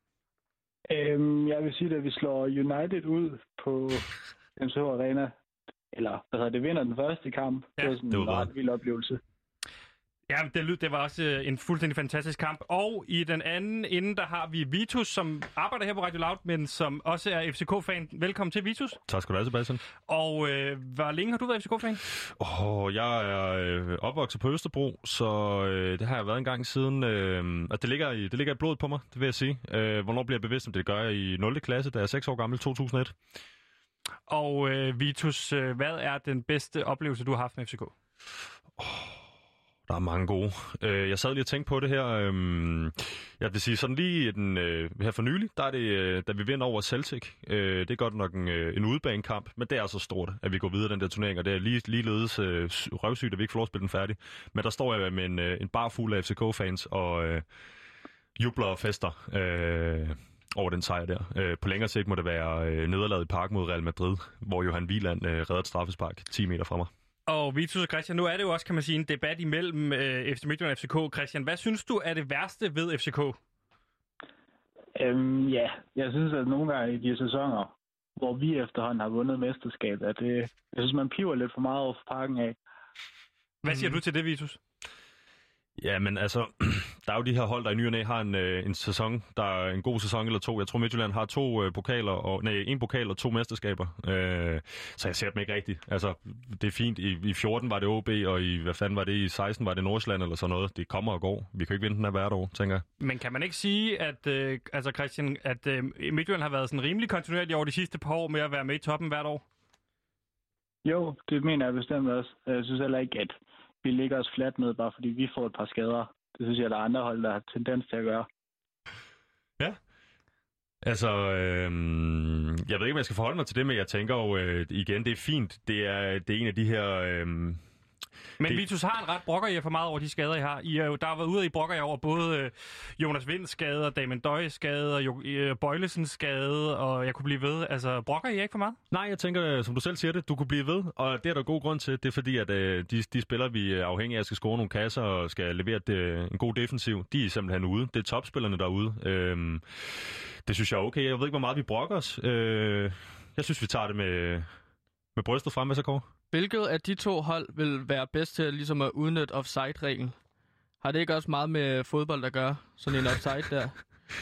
Øhm, jeg vil sige, at vi slår United ud på M C H Arena. Eller, hvad hedder det, vinder den første kamp. Ja, det var sådan det var en ret vild oplevelse. Ja, det, lyd, det var også øh, en fuldstændig fantastisk kamp. Og i den anden ende, der har vi Vitus, som arbejder her på Radio Loud, men som også er F C K-fan. Velkommen til, Vitus. Tak skal du have, Sebastian. Og øh, hvor længe har du været F C K-fan? Oh, jeg er øh, opvokset på Østerbro, så øh, det har jeg været en gang siden. Øh, og det ligger, i, det ligger i blodet på mig, det vil jeg sige. Øh, hvornår bliver jeg bevidst om det? Det gør jeg i nul klasse, da jeg er seks år gammel, to tusind og et. Og øh, Vitus, øh, hvad er den bedste oplevelse, du har haft med F C K? Oh, Der er mange gode. Øh, jeg sad lige og tænkte på det her. Øh, jeg vil sige, sådan lige den, øh, her for nylig, der er det, øh, da vi vinder over Celtic. Øh, det er godt nok en, øh, en udebanekamp, men det er så stort, at vi går videre den der turnering, og det er lige, ligeledes øh, røvsygt, at vi ikke får lov at spille den færdig. Men der står jeg med en, øh, en bar fuld af F C K-fans og øh, jubler og fester øh, over den sejr der. Øh, på længere sigt må det være øh, nederlaget i park mod Real Madrid, hvor Johan Wieland øh, redder et straffespark ti meter fra mig. Og Vitus og Christian, nu er det jo også, kan man sige, en debat imellem øh, F C Midtjylland og F C K. Christian, hvad synes du er det værste ved F C K? Øhm, ja, jeg synes, at nogle gange i de sæsoner, hvor vi efterhånden har vundet mesterskab, at det, jeg synes, man piver lidt for meget over for parken af. Hvad siger mm. du til det, Vitus? Ja, men altså, der er jo de her hold, der i ny og næ har en, øh, en sæson, der er en god sæson eller to. Jeg tror, Midtjylland har to øh, pokaler, og, nej, en pokal og to mesterskaber. Øh, så jeg ser dem ikke rigtigt. Altså, det er fint. I, i fjorten var det O B, og i, hvad fanden var det, i seksten var det Nordsjælland eller sådan noget. Det kommer og går. Vi kan ikke vinde den her hvert år, tænker jeg. Men kan man ikke sige, at, øh, altså Christian, at øh, Midtjylland har været sådan rimelig kontinuerligt over de sidste par år med at være med i toppen hvert år? Jo, det mener jeg bestemt også. Jeg synes heller ikke, at vi ligger os fladt ned, bare fordi vi får et par skader. Det synes jeg, der er andre hold, der har tendens til at gøre. Ja. Altså, øh, jeg ved ikke, om jeg skal forholde mig til det, men jeg tænker jo øh, igen, det er fint. Det er, det er en af de her... Øh, Men det... Vitus har en ret brokker I for meget over de skader, I har. I er jo, der har været ude i brokker I over både øh, Jonas Vinds skade, og Damien Døjes skade, og jo, øh, Bøjlesens skade, og jeg kunne blive ved. Altså, brokker I ikke for meget? Nej, jeg tænker, som du selv siger det, du kunne blive ved, og det er der god grund til. Det er fordi, at øh, de, de spillere, vi er afhængige af, skal score nogle kasser og skal levere det, en god defensiv, de er simpelthen ude. Det er topspillerne derude. Øh, det synes jeg er okay. Jeg ved ikke, hvor meget vi brokker os. Øh, jeg synes, vi tager det med, med brystet frem, så Kåre. Hvilket af de to hold vil være bedst til ligesom at udnytte offside-reglen? Har det ikke også meget med fodbold at gøre? Sådan en offside der?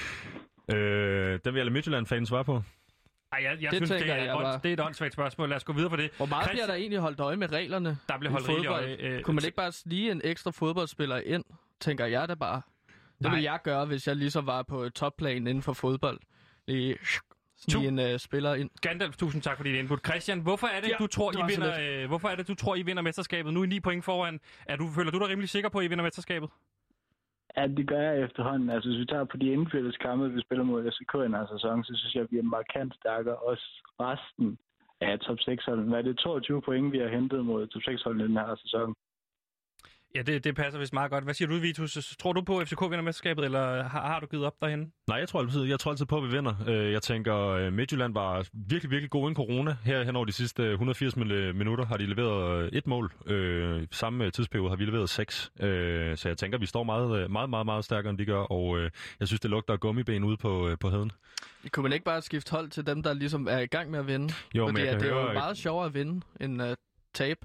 øh, den vil jeg lade Midtjylland-fans svare på. Ej, jeg, jeg det synes, det er, jeg var... det er et åndssvagt spørgsmål. Lad os gå videre på det. Hvor meget Christ... bliver der egentlig holdt øje med reglerne? Der bliver holdt rigeligt øje. Øh... Kunne man ikke bare snige en ekstra fodboldspiller ind, tænker jeg da bare. Det ville jeg gøre, hvis jeg ligesom var på et topplan inden for fodbold. Lige... Snige en uh, spiller ind. Gandalf, tusind tak for dit input. Christian, hvorfor er det, ja, du tror, I vinder, øh, hvorfor er det, du tror, I vinder mesterskabet? Nu er I ni point foran. Er du, føler du dig rimelig sikker på, at I vinder mesterskabet? Ja, det gør jeg efterhånden. Altså, hvis vi tager på de indfældes kampe, vi spiller mod F C K i den her sæson, så synes jeg, at vi er markant stærkere. Også resten af top seks-holden. Hvad er det? toogtyve point, vi har hentet mod top seks-holden i den her sæson. Ja, det, det passer vist meget godt. Hvad siger du, Vitus? Tror du på, at F C K vinder mesterskabet, eller har, har du givet op derhenne? Nej, jeg tror altid, jeg tror altid på, at vi vinder. Jeg tænker, Midtjylland var virkelig, virkelig god inden corona. Her hen over de sidste et hundrede og firs minutter har de leveret et mål. Øh, samme tidsperiode har vi leveret seks. Øh, så jeg tænker, vi står meget, meget, meget, meget stærkere, end de gør. Og øh, jeg synes, det lugter af gummiben ude på, på heden. Kunne man ikke bare skifte hold til dem, der ligesom er i gang med at vinde? Jo, fordi men jeg kan det høre... er jo meget sjovere at vinde, end at tabe.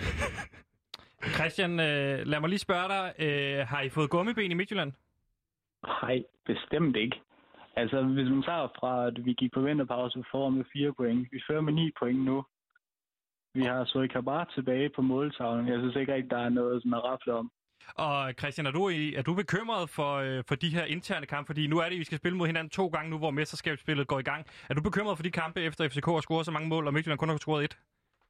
Christian, øh, lad mig lige spørge dig. Øh, har I fået gummiben i Midtjylland? Nej, bestemt ikke. Altså, hvis man tager fra, at vi gik på vinterpause for med fire point. Vi fører med ni point nu. Vi har Zoe Kabar tilbage på måltavlen. Jeg synes ikke rigtig, der er noget, som er raflet om. Og Christian, er du, er du bekymret for, øh, for de her interne kampe? Fordi nu er det, at vi skal spille mod hinanden to gange nu, hvor mesterskabsspillet går i gang. Er du bekymret for de kampe, efter F C K har scoret så mange mål, og Midtjylland kun har scoret et?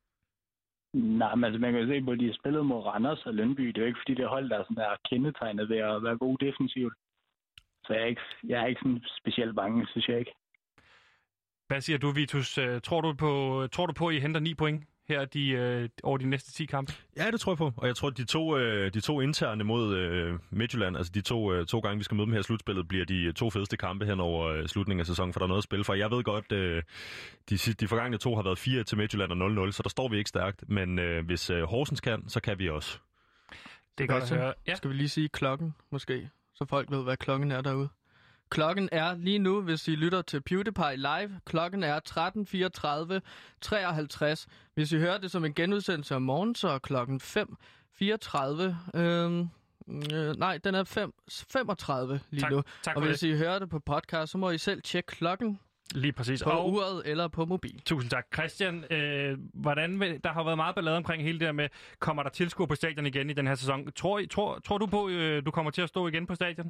Nej, men altså, man kan jo se på, at de har spillet mod Randers og Lønby. Det er jo ikke, fordi det er hold, der er sådan der kendetegnet ved at være gode defensivt. Så jeg er ikke, jeg er ikke sådan specielt bange, synes jeg ikke. Hvad siger du, Vitus? Tror du på, tror du på at I henter ni point her de, øh, over de næste ti kampe? Ja, det tror jeg på. Og jeg tror, at de to, øh, de to interne mod øh, Midtjylland, altså de to, øh, to gange, vi skal møde dem her i slutspillet, bliver de to fedeste kampe hen over øh, slutningen af sæsonen, for der er noget at spille for. Jeg ved godt, øh, de, de forgangne to har været fire til Midtjylland og nul nul, så der står vi ikke stærkt. Men øh, hvis øh, Horsens kan, så kan vi også. Det er godt at høre. Ja. Skal vi lige sige klokken, måske? Så folk ved, hvad klokken er derude. Klokken er lige nu, hvis I lytter til PewDiePie live, klokken er tretten fireogtredive treoghalvtreds. Hvis I hører det som en genudsendelse om morgenen, så er klokken fem fireogtredive. Øhm, øh, nej, den er fem femogtredive lige tak, nu. Tak og hvis det. I hører det på podcast, så må I selv tjekke klokken. Lige præcis. På og uret eller på mobil. Tusind tak. Christian, øh, hvordan vil, der har været meget ballade omkring hele det her med, kommer der tilskuere på stadion igen i den her sæson? Tror, tror, tror du på, øh, du kommer til at stå igen på stadion?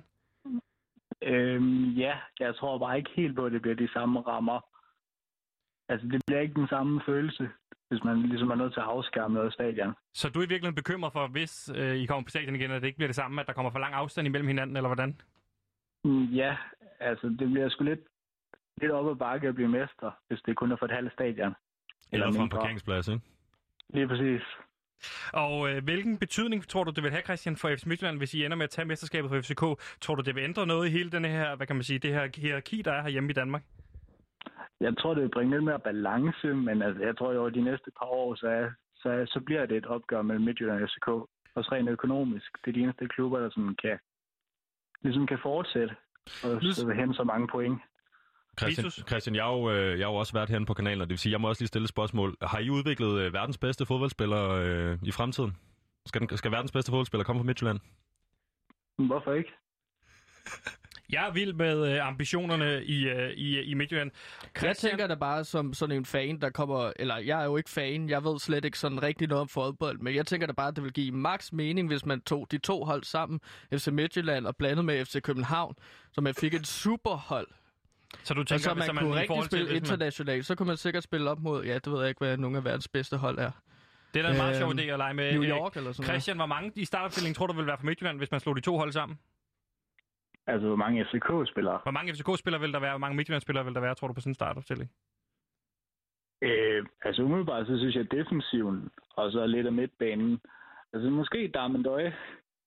Øhm, ja, jeg tror bare ikke helt på, at det bliver de samme rammer. Altså, det bliver ikke den samme følelse. hvis man ligesom er nødt til at afskærme noget af stadion. Så du er i virkeligheden bekymret for, hvis øh, I kommer på stadion igen, at det ikke bliver det samme, at der kommer for lang afstand imellem hinanden, eller hvordan? Mm, ja, altså det bliver sgu lidt, lidt op ad bakke at blive mester, hvis det kun er for et halvt stadion. Eller, eller fra en parkeringsplads, ikke? Lige præcis. Og øh, hvilken betydning tror du, det vil have, Christian, for F C Midtjylland, hvis I ender med at tage mesterskabet for F C K? Tror du, det vil ændre noget i hele denne her, hvad kan man sige, det her hierarki, der er her hjemme i Danmark? Jeg tror, det vil bringe lidt mere balance, men altså, jeg tror jo, at de næste par år, så, er, så, så bliver det et opgør mellem Midtjylland og F C K. Også rent økonomisk. Det er de eneste klubber, der sådan kan, ligesom kan fortsætte og så hente så mange point. Christian, Christian jeg, har jo, jeg har jo også været herinde på kanalen, og det vil sige, jeg må også lige stille et spørgsmål. Har I udviklet øh, verdens bedste fodboldspiller øh, i fremtiden? Skal, den, skal verdens bedste fodboldspiller komme fra Midtjylland? Hvorfor ikke? Jeg er vild med øh, ambitionerne i, øh, i, i Midtjylland. Christian... Jeg tænker da bare som sådan en fan, der kommer... Eller jeg er jo ikke fan, jeg ved slet ikke sådan rigtig noget om fodbold, men jeg tænker da bare, at det vil give max mening, hvis man tog de to hold sammen, F C Midtjylland og blandet med F C København, så man fik et superhold. Så du tænker, og så man, man kunne rigtig spille til, internationalt, man... så kunne man sikkert spille op mod... Ja, det ved jeg ikke, hvad nogle af verdens bedste hold er. Det er da en meget sjov idé at lege med. New York eller sådan Christian, noget. Hvor mange i startopstillingen tror du vil være for Midtjylland, hvis man slog de to hold sammen? Altså, hvor mange F C K-spillere? Hvor mange F C K-spillere vil der være? Hvor mange Midtjylland-spillere vil der være, tror du, på sådan en startopstilling? Øh, altså, umiddelbart, så synes jeg, defensiven, og så lidt af midtbanen. Altså, måske Darmendøje. Det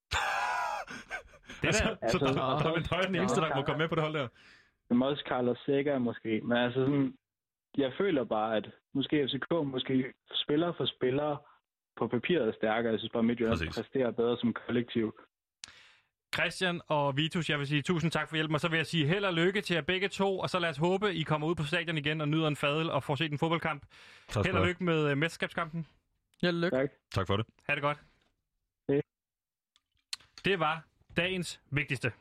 der, altså, altså, så Darmendøje er den eneste, der må komme med på det hold der. Men også Carlos Sækker måske. Men altså sådan, jeg føler bare, at måske F C K måske spiller for spillere på papiret er stærkere. Jeg synes bare, at Midtjylland præsterer bedre som kollektiv. Christian og Vitus, jeg vil sige tusind tak for hjælpen, og så vil jeg sige held og lykke til jer begge to, og så lad os håbe, I kommer ud på stadion igen og nyder en fadel og får set en fodboldkamp. Tak, held og lykke med uh, mesterskabskampen. Held og lykke. Tak. Tak for det. Ha' det godt. Okay. Det var dagens vigtigste.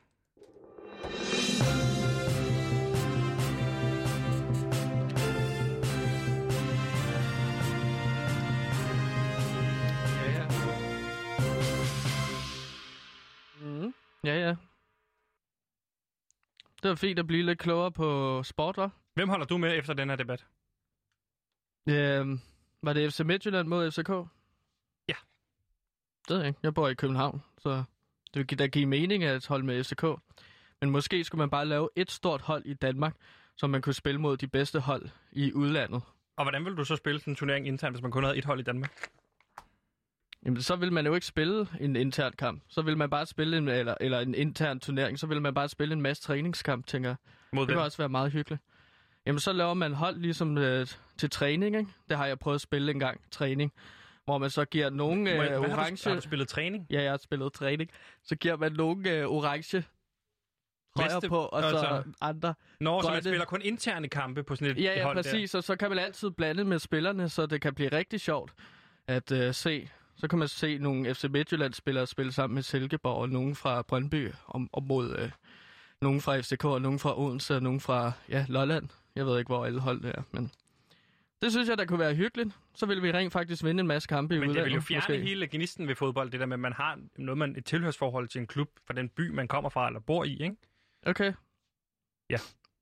Ja, ja. Det var fint at blive lidt klogere på sport, hva'? Hvem holder du med efter den her debat? Øhm, var det F C Midtjylland mod F C K? Ja. Det ved jeg ikke. Jeg bor i København, så det vil da give mening at holde med F C K. Men måske skulle man bare lave et stort hold i Danmark, så man kunne spille mod de bedste hold i udlandet. Og hvordan ville du så spille sådan en turnering internt, hvis man kun havde et hold i Danmark? Jamen, så vil man jo ikke spille en intern kamp. Så vil man bare spille en, eller, eller en intern turnering. Så vil man bare spille en masse træningskamp, tænker jeg. Mod det hvem? kan også være meget hyggeligt. Jamen, så laver man hold ligesom øh, til træning, ikke? Det har jeg prøvet at spille en gang, træning. Hvor man så giver nogle øh, orange... Har du, har du spillet træning? Ja, jeg har spillet træning. Så giver man nogle øh, orange røjer på, og så altså... andre... Nå, så man spiller kun interne kampe på sådan et ja, ja, hold præcis. der. Og så kan man altid blande med spillerne, så det kan blive rigtig sjovt at øh, se... Så kan man se nogle F C Midtjylland-spillere spille sammen med Silkeborg, og nogen fra Brøndby, og, og mod øh, nogen fra F C K, og nogen fra Odense, og nogen fra ja, Lolland. Jeg ved ikke, hvor alle hold det er, men det synes jeg, der kunne være hyggeligt. Så ville vi rent faktisk vinde en masse kampe i udlandet. Men det vil jo fjerne måske. hele gnisten ved fodbold, det der med, at man har noget, man, et tilhørsforhold til en klub fra den by, man kommer fra eller bor i, ikke? Okay. Ja.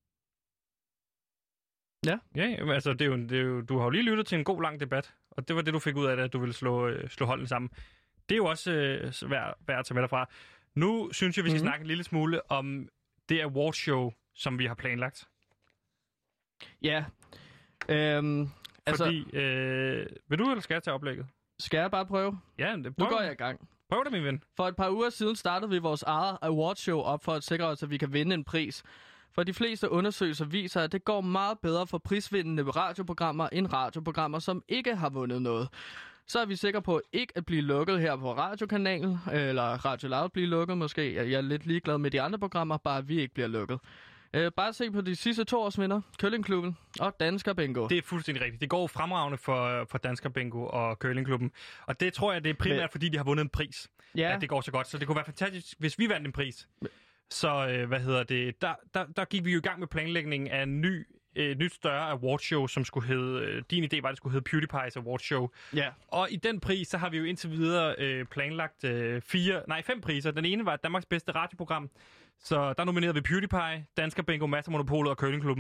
Ja, ja altså det er, jo, det er jo, du har jo lige lyttet til en god lang debat, og det var det, du fik ud af det, at du ville slå, øh, slå holdene sammen. Det er jo også øh, værd, værd at tage med derfra. Nu synes jeg, vi skal mm-hmm. snakke en lille smule om det awardshow, som vi har planlagt. Ja. Øhm, Fordi, altså, øh, vil du eller skal jeg tage oplægget? Skal jeg bare prøve? Ja, det, nu går jeg i gang. Prøv det, min ven. For et par uger siden startede vi vores eget awardshow op for at sikre os, at vi kan vinde en pris. For de fleste undersøgelser viser, at det går meget bedre for prisvindende radioprogrammer end radioprogrammer, som ikke har vundet noget. Så er vi sikre på ikke at blive lukket her på radiokanalen, eller Radio Loud blive lukket måske. Jeg er lidt ligeglad med de andre programmer, bare at vi ikke bliver lukket. Øh, bare se på de sidste to års vinder, Curlingklubben og Dansker Bingo. Det er fuldstændig rigtigt. Det går fremragende for, for Dansker Bingo og Curlingklubben. Og det tror jeg, det er primært, Men... fordi de har vundet en pris, ja. At det går så godt. Så det kunne være fantastisk, hvis vi vandt en pris. Men... Så, øh, hvad hedder det, der, der, der gik vi jo i gang med planlægningen af en ny, et nyt større awardshow, som skulle hedde, øh, din idé var, at det skulle hedde PewDiePie's Awardshow. Ja. Og i den pris, så har vi jo indtil videre øh, planlagt øh, fire, nej, fem priser. Den ene var Danmarks bedste radioprogram. Så der nominerede vi PewDiePie, Dansker Bingo, Master Monopolet og Curlingklubben.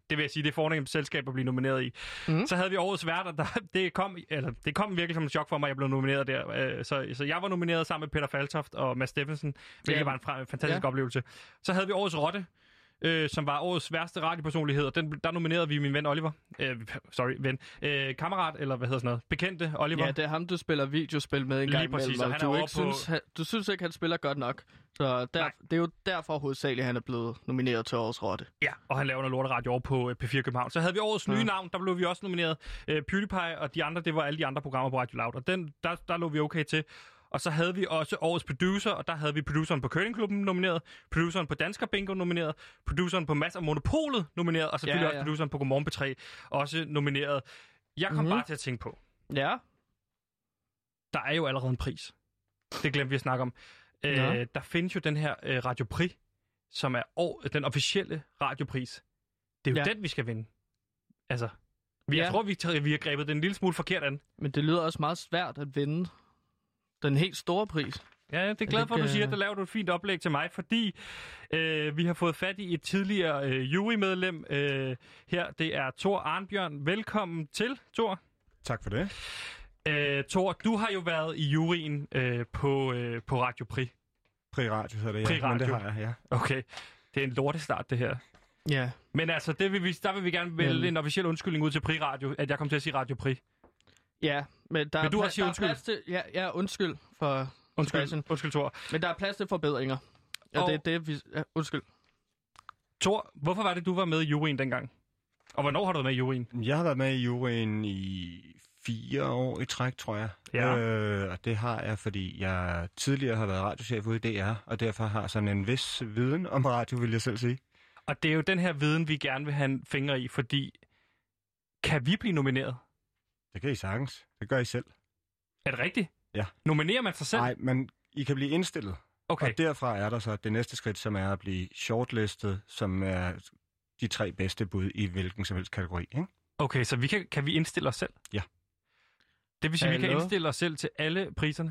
Det vil jeg sige, det er fornemt selskab at blive nomineret i. Mm. Så havde vi årets vært, og der, det, kom, eller, det kom virkelig som en chok for mig, at jeg blev nomineret der. Så, så jeg var nomineret sammen med Peter Faltoft og Mads Steffensen, hvilket ja. var en fra, fantastisk ja. oplevelse. Så havde vi årets Rotte, øh, som var årets værste radiopersonlighed, og den, der nominerede vi min ven Oliver. Øh, sorry, ven. Øh, kammerat, eller hvad hedder sådan noget? Bekendte Oliver. Ja, det er ham, du spiller videospil med en gang præcis, imellem, og du, ikke på... synes, han, du synes ikke, han spiller godt nok. Så der, det er jo derfor hovedsageligt, at han er blevet nomineret til årets Rotte. Ja, og han laver noget lorteradio over på P fire København. Så havde vi årets nye ja. navn, der blev vi også nomineret. Uh, PewDiePie og de andre, det var alle de andre programmer på Radio Loud, og den, der, der lå vi okay til. Og så havde vi også årets producer, og der havde vi produceren på Curlingklubben nomineret, produceren på Dansker Bingo nomineret, produceren på Mads og Monopolet nomineret, og selvfølgelig ja, ja. også produceren på Godmorgen P tre også nomineret. Jeg kom mm-hmm. bare til at tænke på. Ja. Der er jo allerede en pris. Det glemte vi at snakke om. Ja. Øh, der findes jo den her øh, Radio Prix, som er år, den officielle radiopris. Det er jo ja. den, vi skal vinde. Altså, vi, ja. jeg tror, vi, vi har grebet den en lille smule forkert an. Men det lyder også meget svært at vinde den helt store pris. Ja, det er glad for, at du siger, at der laver du et fint oplæg til mig, fordi øh, vi har fået fat i et tidligere øh, jurymedlem øh, her. Det er Thor Arnbjørn. Velkommen til, Thor. Tak for det. Øh, Thor, du har jo været i juryen øh, på, øh, på Radio Prix. Prix Radio hedder det, ja. Prix Radio. Men det har jeg, ja. Okay, det er en lortestart, det her. Ja. Men altså, det vil vi, der vil vi gerne vælge men... en officiel undskyldning ud til Prix Radio, at jeg kom til at sige Radio Prix. Ja, men der, vil du er, også sige der undskyld? er plads til... Ja, ja, undskyld for... Undskyld, undskyld, Thor. Men der er plads til forbedringer. Og, og det er det, vi... Ja, undskyld. Thor, hvorfor var det, du var med i juryen dengang? Og hvornår har du været med i juryen? Jeg har været med i juryen i fire år i træk, tror jeg. Ja. Øh, og det har jeg, fordi jeg tidligere har været radiochef ude i D R, og derfor har sådan en vis viden om radio, vil jeg selv sige. Og det er jo den her viden, vi gerne vil have en finger i, fordi kan vi blive nomineret? Det kan I sagtens. Det gør I selv. Er det rigtigt? Ja. Nominerer man sig selv? Nej, men I kan blive indstillet. Okay. Og derfra er der så det næste skridt, som er at blive shortlistet, som er de tre bedste bud i hvilken som helst kategori, ikke? Okay, så vi kan, kan vi indstille os selv? Ja. Det vil sige, at vi kan indstille os selv til alle priserne?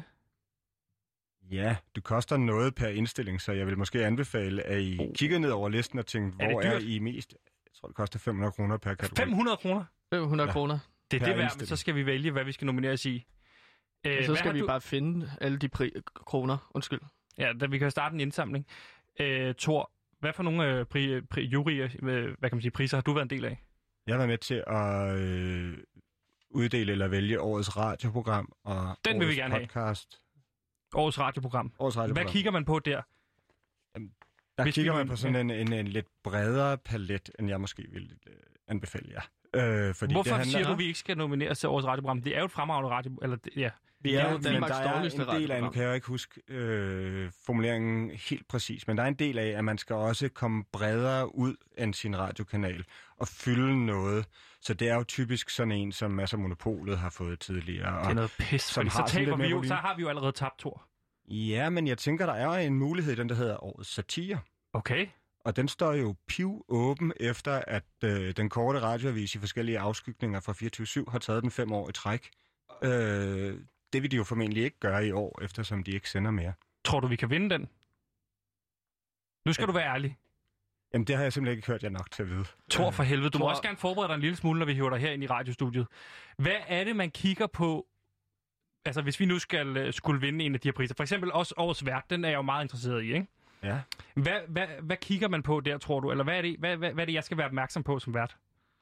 Ja, det koster noget per indstilling, så jeg vil måske anbefale, at I oh. kigger ned over listen og tænker, hvor er, er I mest? Jeg tror, det koster fem hundrede kroner per kategori. fem hundrede kroner? fem hundrede ja. kroner. Det er det værd, men så skal vi vælge, hvad vi skal nomineres i. Øh, så skal vi du... bare finde alle de pri- kroner. Undskyld. Ja, da vi kan starte en indsamling. Øh, Thor, hvad for nogle øh, pri, pri, juryer, øh, hvad kan man sige, priser har du været en del af? Jeg har været med til at øh, uddele eller vælge årets radioprogram og Den vil årets vi gerne podcast. Have. Årets radioprogram. Årets radioprogram. Hvad kigger man på der? Jamen, der Hvis kigger man på sådan en, en, en lidt bredere palet, end jeg måske ville øh, anbefale jer. Øh, fordi Hvorfor det handler... siger du, at vi ikke skal nomineres til årets radioprogram? Det er jo et fremragende radio... Eller, ja. Det er jo Danmarks dårligste radioprogram. En del af, nu kan jeg ikke huske øh, formuleringen helt præcis, men der er en del af, at man skal også komme bredere ud end sin radiokanal og fylde noget. Så det er jo typisk sådan en, som Mads og Monopolet har fået tidligere. Det er noget pis, fordi så taber vi jo, så har vi jo allerede tabt, Thor. Ja, men jeg tænker, der er en mulighed i den, der hedder årets satire. Okay. Og den står jo piv åben efter, at øh, den korte radioavis i forskellige afskygninger fra fireogtyve syv har taget den fem år i træk. Øh, det vil de jo formentlig ikke gøre i år, eftersom de ikke sender mere. Tror du, vi kan vinde den? Nu skal ja. du være ærlig. Jamen, det har jeg simpelthen ikke hørt jer nok til at vide. Thor, for helvede. Du Thor... må også gerne forberede dig en lille smule, når vi hiver dig herind i radiostudiet. Hvad er det, man kigger på, altså hvis vi nu skal skulle vinde en af de her priser? For eksempel også årets vært, den er jeg jo meget interesseret i, ikke? Ja. Hvad, hvad, hvad kigger man på der, tror du? Eller hvad er, det, hvad, hvad, hvad er det, jeg skal være opmærksom på som vært?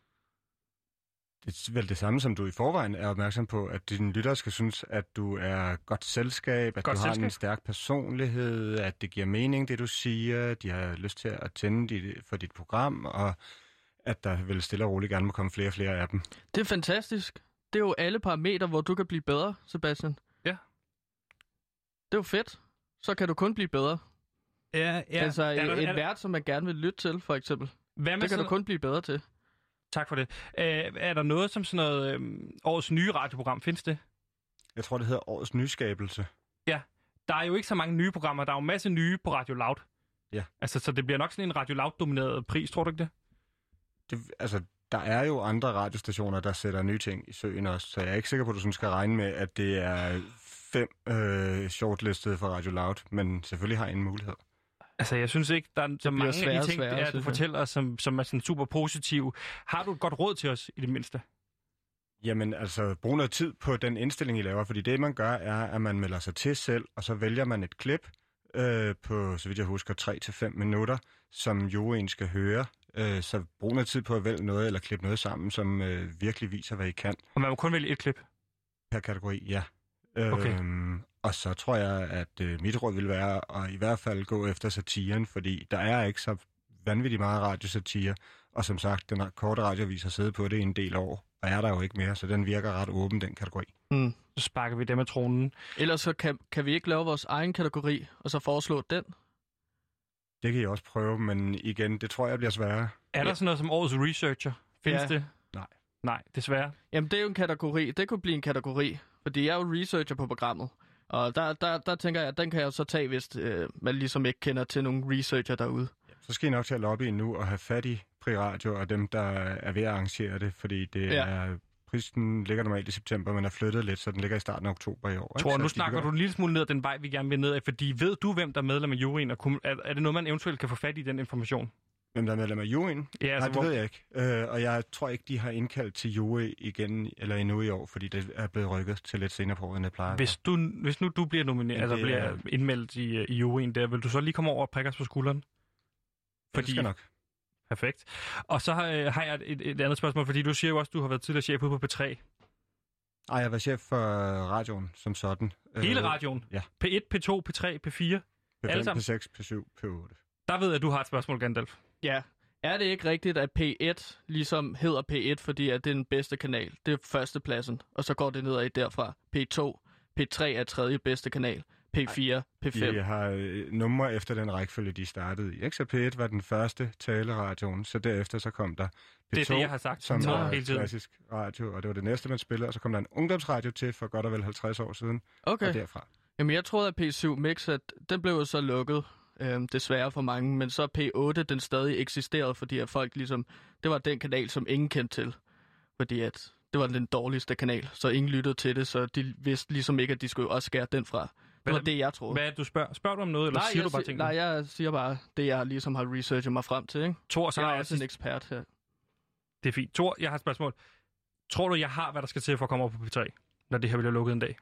Det er vel det samme, som du i forvejen er opmærksom på, at dine lyttere skal synes, at du er godt selskab, at godt du selskab. har en stærk personlighed, at det giver mening, det du siger, de har lyst til at tænde dit, for dit program, og at der vel stille og roligt gerne må komme flere og flere af dem. Det er fantastisk. Det er jo alle parametre, hvor du kan blive bedre, Sebastian. Ja. Det er jo fedt. Så kan du kun blive bedre. Ja, ja. Altså er der, et er vært, som man gerne vil lytte til, for eksempel. Hvad med det kan sådan... du kun blive bedre til. Tak for det. Æh, er der noget som sådan noget øh, årets nye radioprogram? Findes det? Jeg tror, det hedder årets nyskabelse. Ja. Der er jo ikke så mange nye programmer. Der er jo en masse nye på Radio Loud. Ja. Altså, så det bliver nok sådan en Radio Loud-domineret pris, tror du ikke det? det? Altså, der er jo andre radiostationer, der sætter nye ting i søen også, så jeg er ikke sikker på, at du sådan skal regne med, at det er fem øh, shortlistede for Radio Loud, men selvfølgelig har I en mulighed. Altså, jeg synes ikke, der er så mange sværere, af de ting, sværere, der, du fortæller, som, som er sådan super positive. Har du et godt råd til os, i det mindste? Jamen, altså, brug noget tid på den indstilling, I laver, fordi det, man gør, er, at man melder sig til selv, og så vælger man et klip øh, på, så vidt jeg husker, tre til fem minutter, som juryen skal høre. Øh, så brug noget tid på at vælge noget, eller klippe noget sammen, som øh, virkelig viser, hvad I kan. Og man må kun vælge et klip? Per kategori, ja. Okay. Øhm, og så tror jeg, at øh, mit råd vil være at i hvert fald gå efter satiren, fordi der er ikke så vanvittigt meget radiosatire, og som sagt, den korte radioavis har siddet på det i en del år, og er der jo ikke mere, så den virker ret åben, den kategori. Mm. Så sparker vi dem af tronen. Ellers så kan, kan vi ikke lave vores egen kategori, og så foreslå den? Det kan I også prøve, men igen, det tror jeg bliver sværere. Er der sådan noget som årets researcher? Findes Ja. det? Nej. Nej, desværre. Jamen, det er jo en kategori. Det kunne blive en kategori, fordi jeg er jo researcher på programmet. Og der, der, der tænker jeg, at den kan jeg jo så tage, hvis øh, man ligesom ikke kender til nogen researcher derude. Så skal I nok til at lobby nu og have fat i Pri-Radio og dem, der er ved at arrangere det, fordi det Ja. er... Prisen ligger normalt i september, men er flyttet lidt, så den ligger i starten af oktober i år. Tror, ikke? nu Så de snakker begynder- du en lille smule ned ad den vej, vi gerne vil ned af, fordi ved du, hvem der er medlem af juryen, og kun, er, er det noget, man eventuelt kan få fat i, den information? Hvem der er medlem af juryen? Ja, Nej, altså, det hvor- ved jeg ikke. Øh, og jeg tror ikke, de har indkaldt til jury igen, eller endnu i år, fordi det er blevet rykket til lidt senere på året, end det plejer. Hvis, du, hvis nu du bliver nomineret, Men altså det bliver er- indmeldt i, i juryen der, vil du så lige komme over og prikke os på skulderen? Ja, det skal nok. Perfekt. Og så har, øh, har jeg et, et andet spørgsmål, fordi du siger jo også, at du har været tidligere chef ude på P tre. Ej, jeg var chef for radioen som sådan. Hele Øh, radioen? Ja. P et, P to, P tre, P fire? P Alle fem, sammen? P seks, P syv, P otte. Der ved jeg, at du har et spørgsmål, Gandalf. Ja. Er det ikke rigtigt, at P et ligesom hedder P et, fordi at det er den bedste kanal? Det er førstepladsen, og så går det nedad derfra. P to, P tre er tredje bedste kanal. P fire, P fem. De har øh, numre efter den rækkefølge, de startede i. Ikke? Så P et var den første taleradioen, så derefter så kom der P to, Det er det, jeg har sagt som Nå, var hele tiden. klassisk radio, og det var det næste, man spillede, og så kom der en ungdomsradio til for godt og vel halvtreds år siden, Okay. og derfra. Jamen, jeg troede, at P syv Mix, at den blev jo så lukket, øhm, desværre for mange, men så P otte, den stadig eksisterede, fordi at folk ligesom, det var den kanal, som ingen kendte til, fordi at det var den dårligste kanal, så ingen lyttede til det, så de vidste ligesom ikke, at de skulle også skære den fra. Det var det, jeg troede. Hvad er det, du spørger? Spørger du om noget, eller nej, siger jeg du bare si- ting? Nej, jeg siger bare det, jeg ligesom har researchet mig frem til, ikke? Tor, så jeg har er jeg også en sidst- ekspert her. Det er fint. Tor, jeg har et spørgsmål. Tror du, jeg har, hvad der skal til for at komme over på P tre, når det her bliver lukket en dag?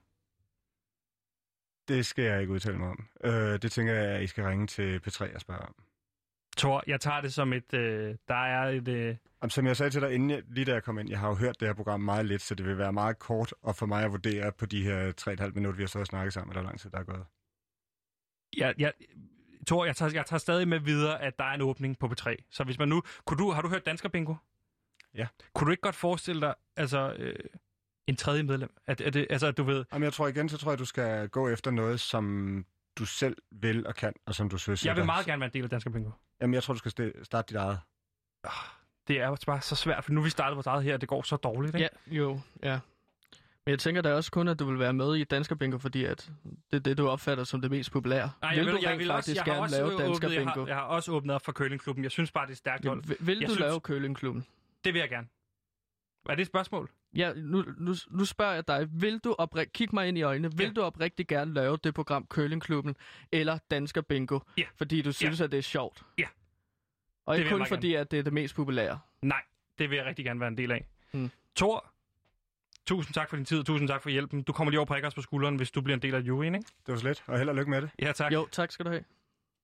Det skal jeg ikke udtale mig om. Øh, det tænker jeg, at I skal ringe til P tre og spørge om. Tor, jeg tager det som et... Øh, der er et... Øh... Jamen, som jeg sagde til dig, inden jeg, lige da jeg kom ind, jeg har jo hørt det her program meget lidt, så det vil være meget kort, og for mig at vurdere på de her tre og et halvt minutter, vi har stået og snakket sammen, eller hvor lang tid der er gået. Jeg, jeg, Tor, jeg tager, jeg tager stadig med videre, at der er en åbning på P tre. Så hvis man nu... Kunne du, har du hørt Dansker Bingo? Ja. Kunne du ikke godt forestille dig, altså... Øh, en tredje medlem? At, at det, altså, du ved... Jamen, jeg tror igen, så tror jeg, du skal gå efter noget, som du selv vil og kan, og som du synes... Jeg vil meget gerne være en del af Dansker Bingo. Jamen, jeg tror, du skal st- starte dit eget. Det er jo bare så svært, for nu er vi startet vores eget her, og det går så dårligt, ikke? Ja, jo, ja. Men jeg tænker da også kun, at du vil være med i Dansker Bingo, fordi at det er det, du opfatter som det mest populære. Nej, jeg vil vil, du jeg rent vil også, faktisk jeg har gerne også lave Dansker åbnet, jeg Bingo? har, jeg har også åbnet op for Curlingklubben. Jeg synes bare, det er stærkt hold. Vil, vil jeg du synes, lave Curlingklubben? Det vil jeg gerne. Er det et spørgsmål? Ja, nu, nu, nu spørger jeg dig. Vil du oprigt, kig mig ind i øjnene. Vil ja. du oprigtigt gerne lave det program Curlingklubben eller Dansker Bingo? Ja. Fordi du synes, ja. at det er sjovt? Ja. Og Det ikke vil jeg kun meget fordi, at det er det mest populære? Nej, det vil jeg rigtig gerne være en del af. Hmm. Tor, tusind tak for din tid, og tusind tak for hjælpen. Du kommer lige over og prikker os på skulderen, hvis du bliver en del af juryen, ikke? Det var så let, og held og lykke med det. Ja, tak. Jo, tak skal du have.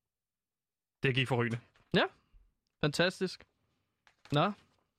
Det gik forrygende. Ja, fantastisk. Nå.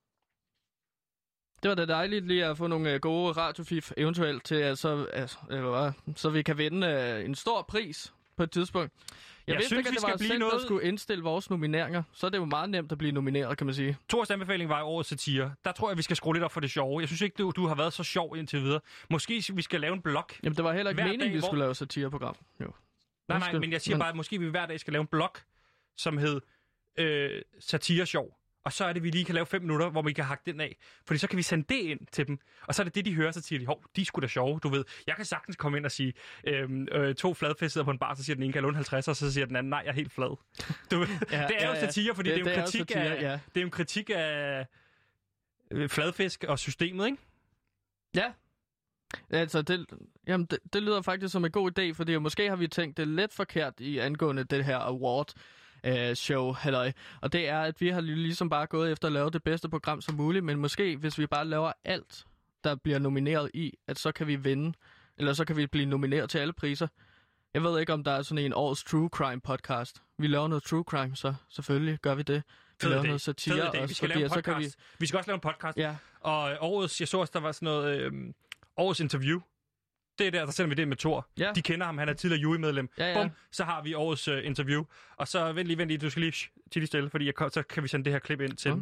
Det var da dejligt lige at få nogle øh, gode radiofif eventuelt til, at så, altså, eller hvad, så vi kan vinde øh, en stor pris på et tidspunkt. Jeg, Jeg vidste synes, ikke, at vi det skal var blive selv, noget- der skulle indstille vores nomineringer. Så er det jo meget nemt at blive nomineret, kan man sige. Tors anbefaling var i årets satire. Der tror jeg, vi skal skrue lidt op for det sjove. Jeg synes ikke, du, du har været så sjov indtil videre. Måske vi skal lave en blog. Jamen, det var heller ikke Hver meningen, dag, vi hvor- skulle lave satireprogram. Jo. Nej, nej, Undskyld, men jeg siger men- bare, at måske vi hver dag skal lave en blog, som hed øh, Satiresjov. Og så er det, vi lige kan lave fem minutter, hvor vi kan hakke den af. Fordi så kan vi sende det ind til dem. Og så er det det, de hører, så siger de, hov, de er sgu da sjove, du ved. Jeg kan sagtens komme ind og sige, øh, øh, to fladfisk sidder på en bar, så siger den ene, kan jeg låne halvtreds, og så siger den anden, nej, jeg er helt flad. Du, Ja, det er jo ja, ja. satire, fordi det, det, er, jo jo kritik satire, af, ja. det er jo en kritik af øh, fladfisk og systemet, ikke? Ja. Altså, det, jamen, det, det lyder faktisk som en god idé, fordi måske har vi tænkt det lidt forkert i angående det her award. øh, show, halløj. Og det er, at vi har ligesom bare gået efter at lave det bedste program som muligt, men måske, hvis vi bare laver alt, der bliver nomineret i, at så kan vi vinde, eller så kan vi blive nomineret til alle priser. Jeg ved ikke, om der er sådan en årets True Crime podcast. Vi laver noget True Crime, så selvfølgelig gør vi det. Vi Fed laver idé. noget satire Fed idé. også, Vi skal fordi lave en så kan podcast. vi... Vi skal også lave en podcast. Ja. Og årets, jeg så også, der var sådan noget øh, årets interview. Det er der, der sender vi det med Thor. Ja. De kender ham, han er tidligere jury-medlem. Ja, ja. Bum, så har vi årets øh, interview. Og så vent lige, vent lige, du skal lige shh, til de stille, fordi jeg, så kan vi sende det her klip ind til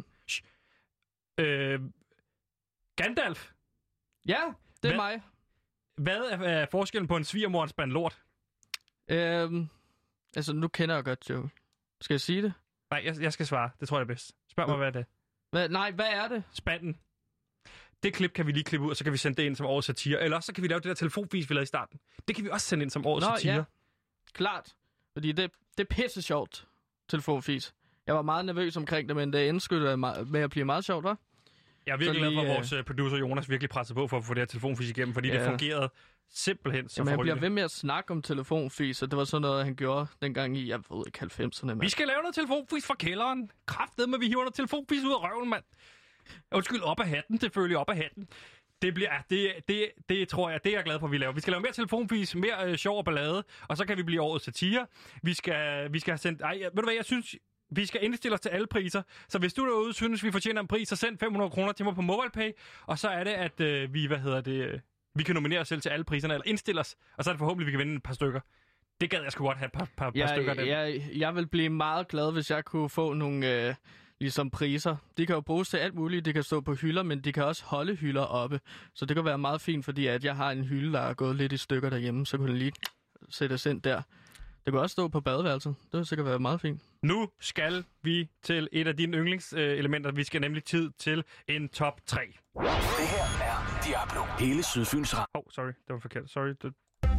Mm. dem. Øh, Gandalf. Ja, det er Hvad? mig. Hvad er, er forskellen på en svigermor og en spand lort? Øhm, altså, nu kender jeg godt Joe. Skal jeg sige det? Nej, jeg, jeg skal svare. Det tror jeg er bedst. Spørg mig, hvad er det? Hvad, nej, hvad er det? Spanden. Det klip kan vi lige klippe ud, og så kan vi sende det ind som årets satire. Eller også så kan vi lave det der telefonvis, vi lavede i starten. Det kan vi også sende ind som årets Nå, satire. ja. Klart. Fordi det, det er pisse sjovt, telefonfis. Jeg var meget nervøs omkring det, men det endte sgu da me- med at blive meget sjovt, hva'? Jeg er virkelig glad Så for, lige, at vores øh, producer Jonas virkelig pressede på for at få det her telefonfis igennem, fordi Ja. det fungerede simpelthen så Jamen, han bliver forrygende. ved med at snakke om telefonfis, og det var sådan noget, han gjorde dengang i, jeg ved ikke, halvfemserne, mand. Vi skal lave noget telefonfis fra kælderen. Kraftedeme, at vi hiver noget telefonfis ud af røven, mand. Undskyld, op af hatten, selvfølgelig op af hatten. Det bliver, ja, det, det, det tror jeg, det er jeg glad for, at vi laver. Vi skal lave mere telefonfis, mere øh, sjov og ballade, og så kan vi blive årets satire. Vi skal, vi skal have sendt, ej, ved du hvad, jeg synes, vi skal indstille os til alle priser. Så hvis du derude synes, vi fortjener en pris, så send fem hundrede kroner til mig på MobilePay, og så er det, at øh, vi, hvad hedder det, øh, vi kan nominere os selv til alle priserne, eller indstille os, og så er det forhåbentlig, vi kan vinde et par stykker. Det gad jeg sgu godt have et par, par, par jeg, stykker af dem. jeg, jeg vil blive meget glad, hvis jeg kunne få nogle øh, ligesom priser. De kan jo bruges til alt muligt. De kan stå på hylder, men de kan også holde hylder oppe. Så det kan være meget fint, fordi at jeg har en hylde, der er gået lidt i stykker derhjemme, så kunne den lige sættes ind der. Det kan også stå på badeværelset. Det vil sikkert være meget fint. Nu skal vi til et af dine yndlingselementer. Vi skal nemlig tid til en top tre. Det her er Diablo. Hele Sydfyns Radio. Åh, oh, sorry. Det var forkert. Sorry. Det...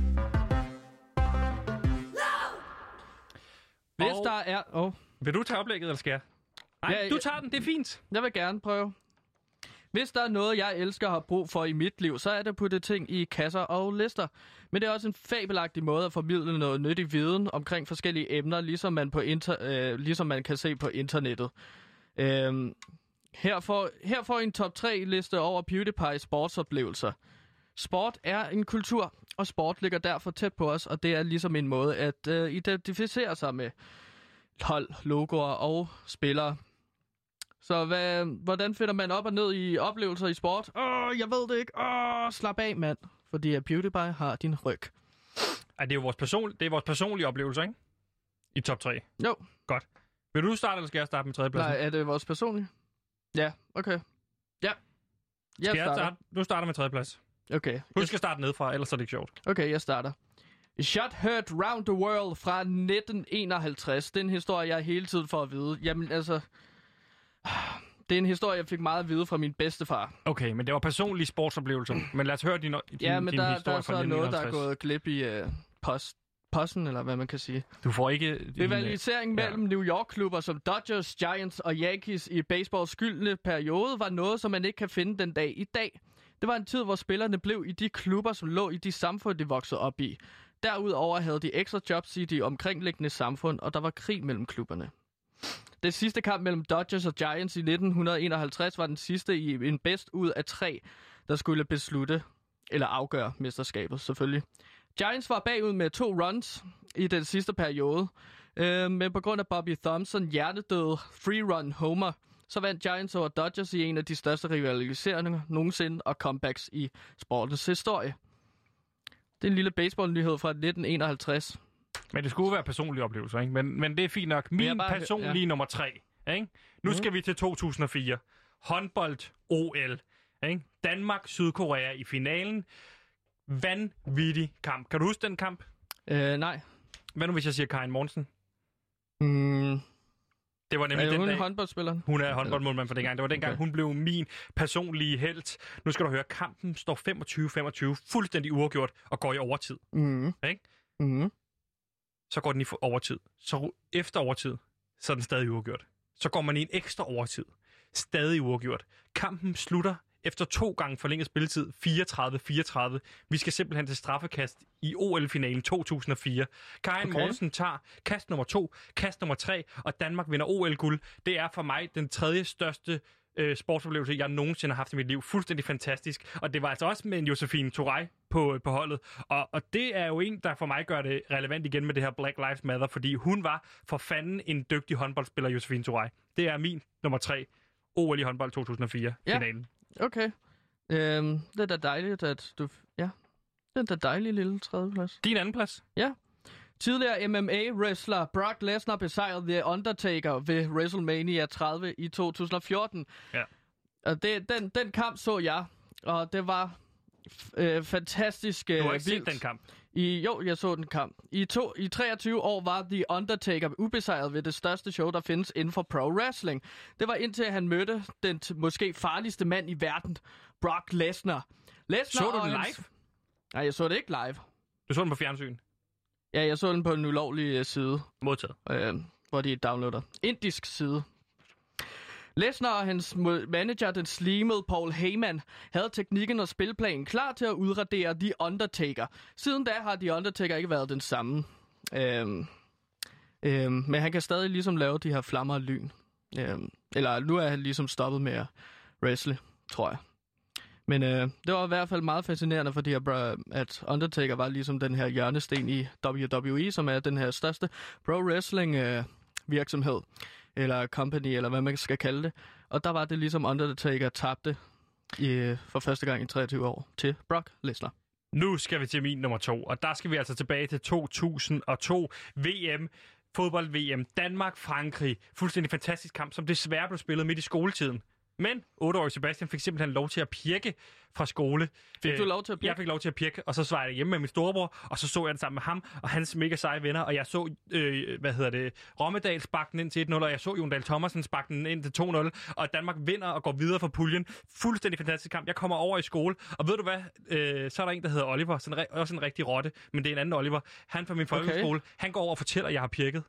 Hvis Og- der er... Oh. Vil du tage oplægget, eller skal jeg? Nej, Ja, du jeg- tager den. Det er fint. Jeg vil gerne prøve. Hvis der er noget, jeg elsker og har brug for i mit liv, så er det at putte ting i kasser og lister. Men det er også en fabelagtig måde at formidle noget nyttig viden omkring forskellige emner, ligesom man, på inter, øh, ligesom man kan se på internettet. Øhm, her, får, her får I en top tre liste over PewDiePie sportsoplevelser. Sport er en kultur, og sport ligger derfor tæt på os, og det er ligesom en måde at øh, identificere sig med hold, logoer og spillere. Så hvad, hvordan finder man op og ned i oplevelser i sport? Åh, jeg ved det ikke. Åh, slap af, mand. Fordi at PewDiePie har din ryg. Ej, det er jo vores, person... det er vores personlige oplevelser, ikke? I top tre. Jo. Godt. Vil du starte, eller skal jeg starte med tredjepladsen? Nej, er det vores personlige? Ja, okay. Ja. Jeg skal jeg starter. starte? Du starter med tredjeplads. Okay. Husk at starte nedefra, ellers er det ikke sjovt. Okay, jeg starter. Shot Heard Round the World fra nitten enoghalvtreds. Det er en historie, jeg hele tiden får at vide. Jamen, altså... Det er en historie, jeg fik meget at vide fra min bedstefar. Okay, men det var personlige sportsoplevelser. Men lad os høre din, din, Ja, men din der, historie der er fra så nitten noget, der er enoghalvtreds. gået glip i uh, post, posten, eller hvad man kan sige. Du får ikke... Din, Rivalisering mellem New York-klubber som Dodgers, Giants og Yankees i baseballs skyldne periode var noget, som man ikke kan finde den dag i dag. Det var en tid, hvor spillerne blev i de klubber, som lå i de samfund, de voksede op i. Derudover havde de ekstra jobs i de omkringliggende samfund, og der var krig mellem klubberne. Den sidste kamp mellem Dodgers og Giants i nitten enoghalvtreds var den sidste i en bedst ud af tre, der skulle beslutte, eller afgøre mesterskabet selvfølgelig. Giants var bagud med to runs i den sidste periode, øh, men på grund af Bobby Thompson hjernedøde three-run homer, så vandt Giants over Dodgers i en af de største rivaliseringer nogensinde og comebacks i sportens historie. Det er en lille baseballnyhed fra nitten enoghalvtreds. Men det skulle være personlige oplevelser, ikke? Men, men det er fint nok. Min bare, personlige ja. nummer tre. Ikke? Nu mm. skal vi til to tusind og fire. Håndbold-O L. Ikke? Danmark-Sydkorea i finalen. Vanvittig kamp. Kan du huske den kamp? Øh, nej. Hvad nu, hvis jeg siger Karin Mortensen? Mm. Det var nemlig er den hun dag. håndboldspilleren? Hun er håndboldmålmand for dengang. Det var dengang, Okay. hun blev min personlige helt. Nu skal du høre, kampen står femogtyve femogtyve, fuldstændig uafgjort, og går i overtid. Mm. Ikke? Mm. Så går den i overtid. Så efter overtid, så er den stadig uafgjort. Så går man i en ekstra overtid. Stadig uafgjort. Kampen slutter efter to gange forlænget spilletid, fireogtredive fireogtredive. Vi skal simpelthen til straffekast i O L-finalen to tusind og fire. Karin okay. Mortensen tager kast nummer to, kast nummer tre, og Danmark vinder O L-guld. Det er for mig den tredje største øh, sportsoplevelse, jeg nogensinde har haft i mit liv. Fuldstændig fantastisk. Og det var altså også med en Josefine Touray på, på holdet. Og, og det er jo en, der for mig gør det relevant igen med det her Black Lives Matter, fordi hun var for fanden en dygtig håndboldspiller, Josefine Touray. Det er min nummer tre. O L i håndbold to tusind og fire, ja. Finalen. Okay. Øhm, det er da dejligt, at du... Ja, det er da dejligt lille tredjeplads. Din anden plads? Ja. Tidligere M M A-wrestler Brock Lesnar besejrede The Undertaker ved WrestleMania tredive i to tusind og fjorten. Ja. Og det, den, den kamp så jeg, og det var øh, fantastisk øh, Du har ikke vildt. set den kamp? I, jo, jeg så den kamp. I, to, I treogtyve år var The Undertaker ubesejret ved det største show, der findes inden for pro wrestling. Det var indtil han mødte den t- måske farligste mand i verden, Brock Lesnar. Lesnar så du den live? Hans... Nej, jeg så det ikke live. Du så den på fjernsyn? Ja, jeg så den på en ulovlig side. Modtaget. Øh, hvor de downloader. Indisk side. Lesnar og hans manager, den slimede Paul Heyman, havde teknikken og spilplanen klar til at udradere The Undertaker. Siden da har The Undertaker ikke været den samme. Øhm, øhm, men han kan stadig ligesom lave de her flammer og lyn. Øhm, eller nu er han ligesom stoppet med at wrestle, tror jeg. Men øh, det var i hvert fald meget fascinerende, fordi at Undertaker var ligesom den her hjørnesten i W W E, som er den her største pro-wrestling øh, virksomhed. Eller company, eller hvad man skal kalde det. Og der var det ligesom Undertaker tabte i, for første gang i treogtyve år til Brock Lesnar. Nu skal vi til min nummer to, og der skal vi altså tilbage til to tusind og to V M. Fodbold-V M. Danmark-Frankrig. Fuldstændig fantastisk kamp, som desværre blev spillet midt i skoletiden. Men otteårige Sebastian fik simpelthen lov til at pirke fra skole. Fik du lov til at pirke? Jeg fik lov til at pirke, og så var jeg hjemme med min storebror, og så så jeg det sammen med ham og hans mega seje venner, og jeg så, øh, hvad hedder det, Rommedal sparke den ind til et nul, og jeg så Jon Dahl Thomasen sparke den ind til to nul, og Danmark vinder og går videre fra puljen. Fuldstændig fantastisk kamp. Jeg kommer over i skole, og ved du hvad, øh, så er der en, der hedder Oliver, sådan, også en rigtig rotte, men det er en anden Oliver. Han fra min folkeskole, okay. Han går over og fortæller, at jeg har pirket.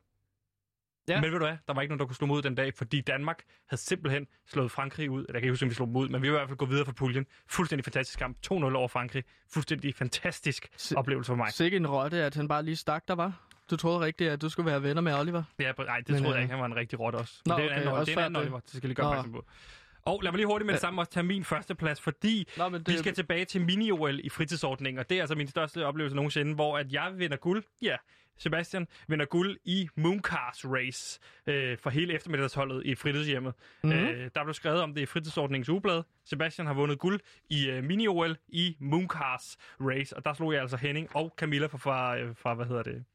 Ja. Men ved du hvad, der var ikke nogen, der kunne slå mod den dag, fordi Danmark havde simpelthen slået Frankrig ud. Jeg kan ikke huske, om vi slog dem ud, men vi var i hvert fald gået videre fra puljen. Fuldstændig fantastisk kamp. to nul over Frankrig. Fuldstændig fantastisk S- oplevelse for mig. Sikke en rotte, at han bare lige stak der, var. Du troede rigtigt, at du skulle være venner med Oliver? Ja, nej, det men, troede jeg ikke. Han var en rigtig rotte også. Nå, det er okay, en anden, også det er en anden Oliver, det skal jeg lige gøre opmærksom på. Og lad mig lige hurtigt med det samme også tage min første plads, fordi Nå, det... vi skal tilbage til mini-O L i fritidsordningen, og det er altså min største oplevelse nogensinde, hvor at jeg vinder guld. Ja, Sebastian vinder guld i Mooncars Race øh, for hele eftermiddagsholdet i fritidshjemmet. Mm-hmm. Øh, der blev skrevet om det i fritidsordningens ugeblad. Sebastian har vundet guld i øh, mini-O L i Mooncars Race, og der slog jeg altså Henning og Camilla fra, fra, øh, fra hvad hedder det,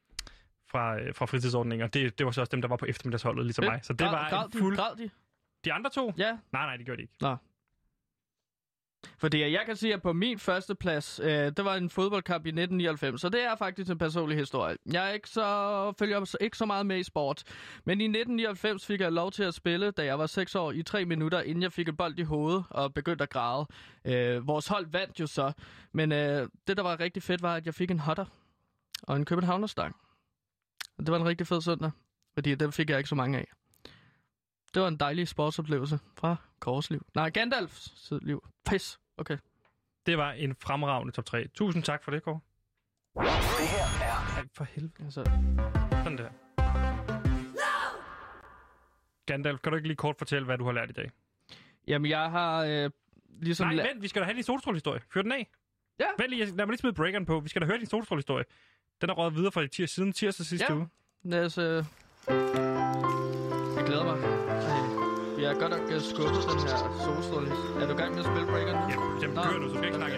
fra, øh, fra fritidsordninger. Det, det var så også dem, der var på eftermiddagsholdet, ligesom mig. Så det var græd, en fuld... Græd de? De andre to? Ja. Nej, nej, det gjorde de ikke. Nå. Fordi jeg kan sige, at på min første plads, øh, det var en fodboldkamp i nitten nioghalvfems, så det er faktisk en personlig historie. Jeg er ikke så, følger ikke så meget med i sport, men i nitten nioghalvfems fik jeg lov til at spille, da jeg var seks år, i tre minutter, inden jeg fik en bold i hovedet og begyndte at græde. Øh, vores hold vandt jo så, men øh, det, der var rigtig fedt, var, at jeg fik en hotter og en københavnerstang. Det var en rigtig fed søndag, fordi den fik jeg ikke så mange af. Det var en dejlig sportsoplevelse fra Kåres liv. Nej, Gandalfs liv. Pis. Okay. Det var en fremragende top tre. Tusind tak for det, Kåre. Det her er... Ej, for helvede. Altså... Sådan der. Gandalf, kan du ikke lige kort fortælle, hvad du har lært i dag? Jamen, jeg har øh, ligesom... Nej, vent, vi skal da have din solstrålehistorie. Fyr den af. Ja. Vent lige, lad mig lige smide breakeren på. Vi skal da høre din solstrålehistorie. Den er røget videre fra de tir- siden tirsdag sidste ja. uge. Lad os... Øh... Jeg glæder mig. Ej, jeg har godt nok skubbet den her solstråle. Er du i gang med at spille breakeren? Ja, jamen, kør nu, så skal jeg ikke snakke.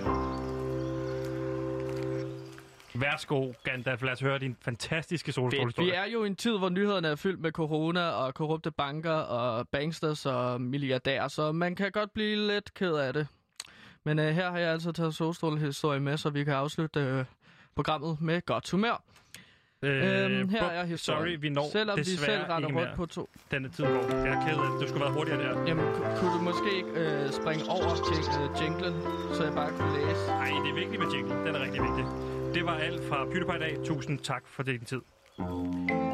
Værsgo, Gandalf. Lad os høre din fantastiske solstrålehistorie. Vi er jo i en tid, hvor nyhederne er fyldt med corona og korrupte banker og banksters og milliardærer, så man kan godt blive lidt ked af det. Men øh, her har jeg altså taget solstrålehistorie med, så vi kan afslutte øh, programmet med godt humør. Øh, øhm, her er historien. Sorry, vi når Selvom vi selv desværre retter ikke rundt mere. på to. Denne tid går. Jeg er ked af det. Du skulle være hurtigere der. Jamen, ku- kunne du måske ikke øh, springe over til øh, jinglen, så jeg bare kunne læse? Nej, det er vigtigt med jinglen. Den er rigtig vigtig. Det var alt fra PewDiePie i dag. Tusind tak for din tid.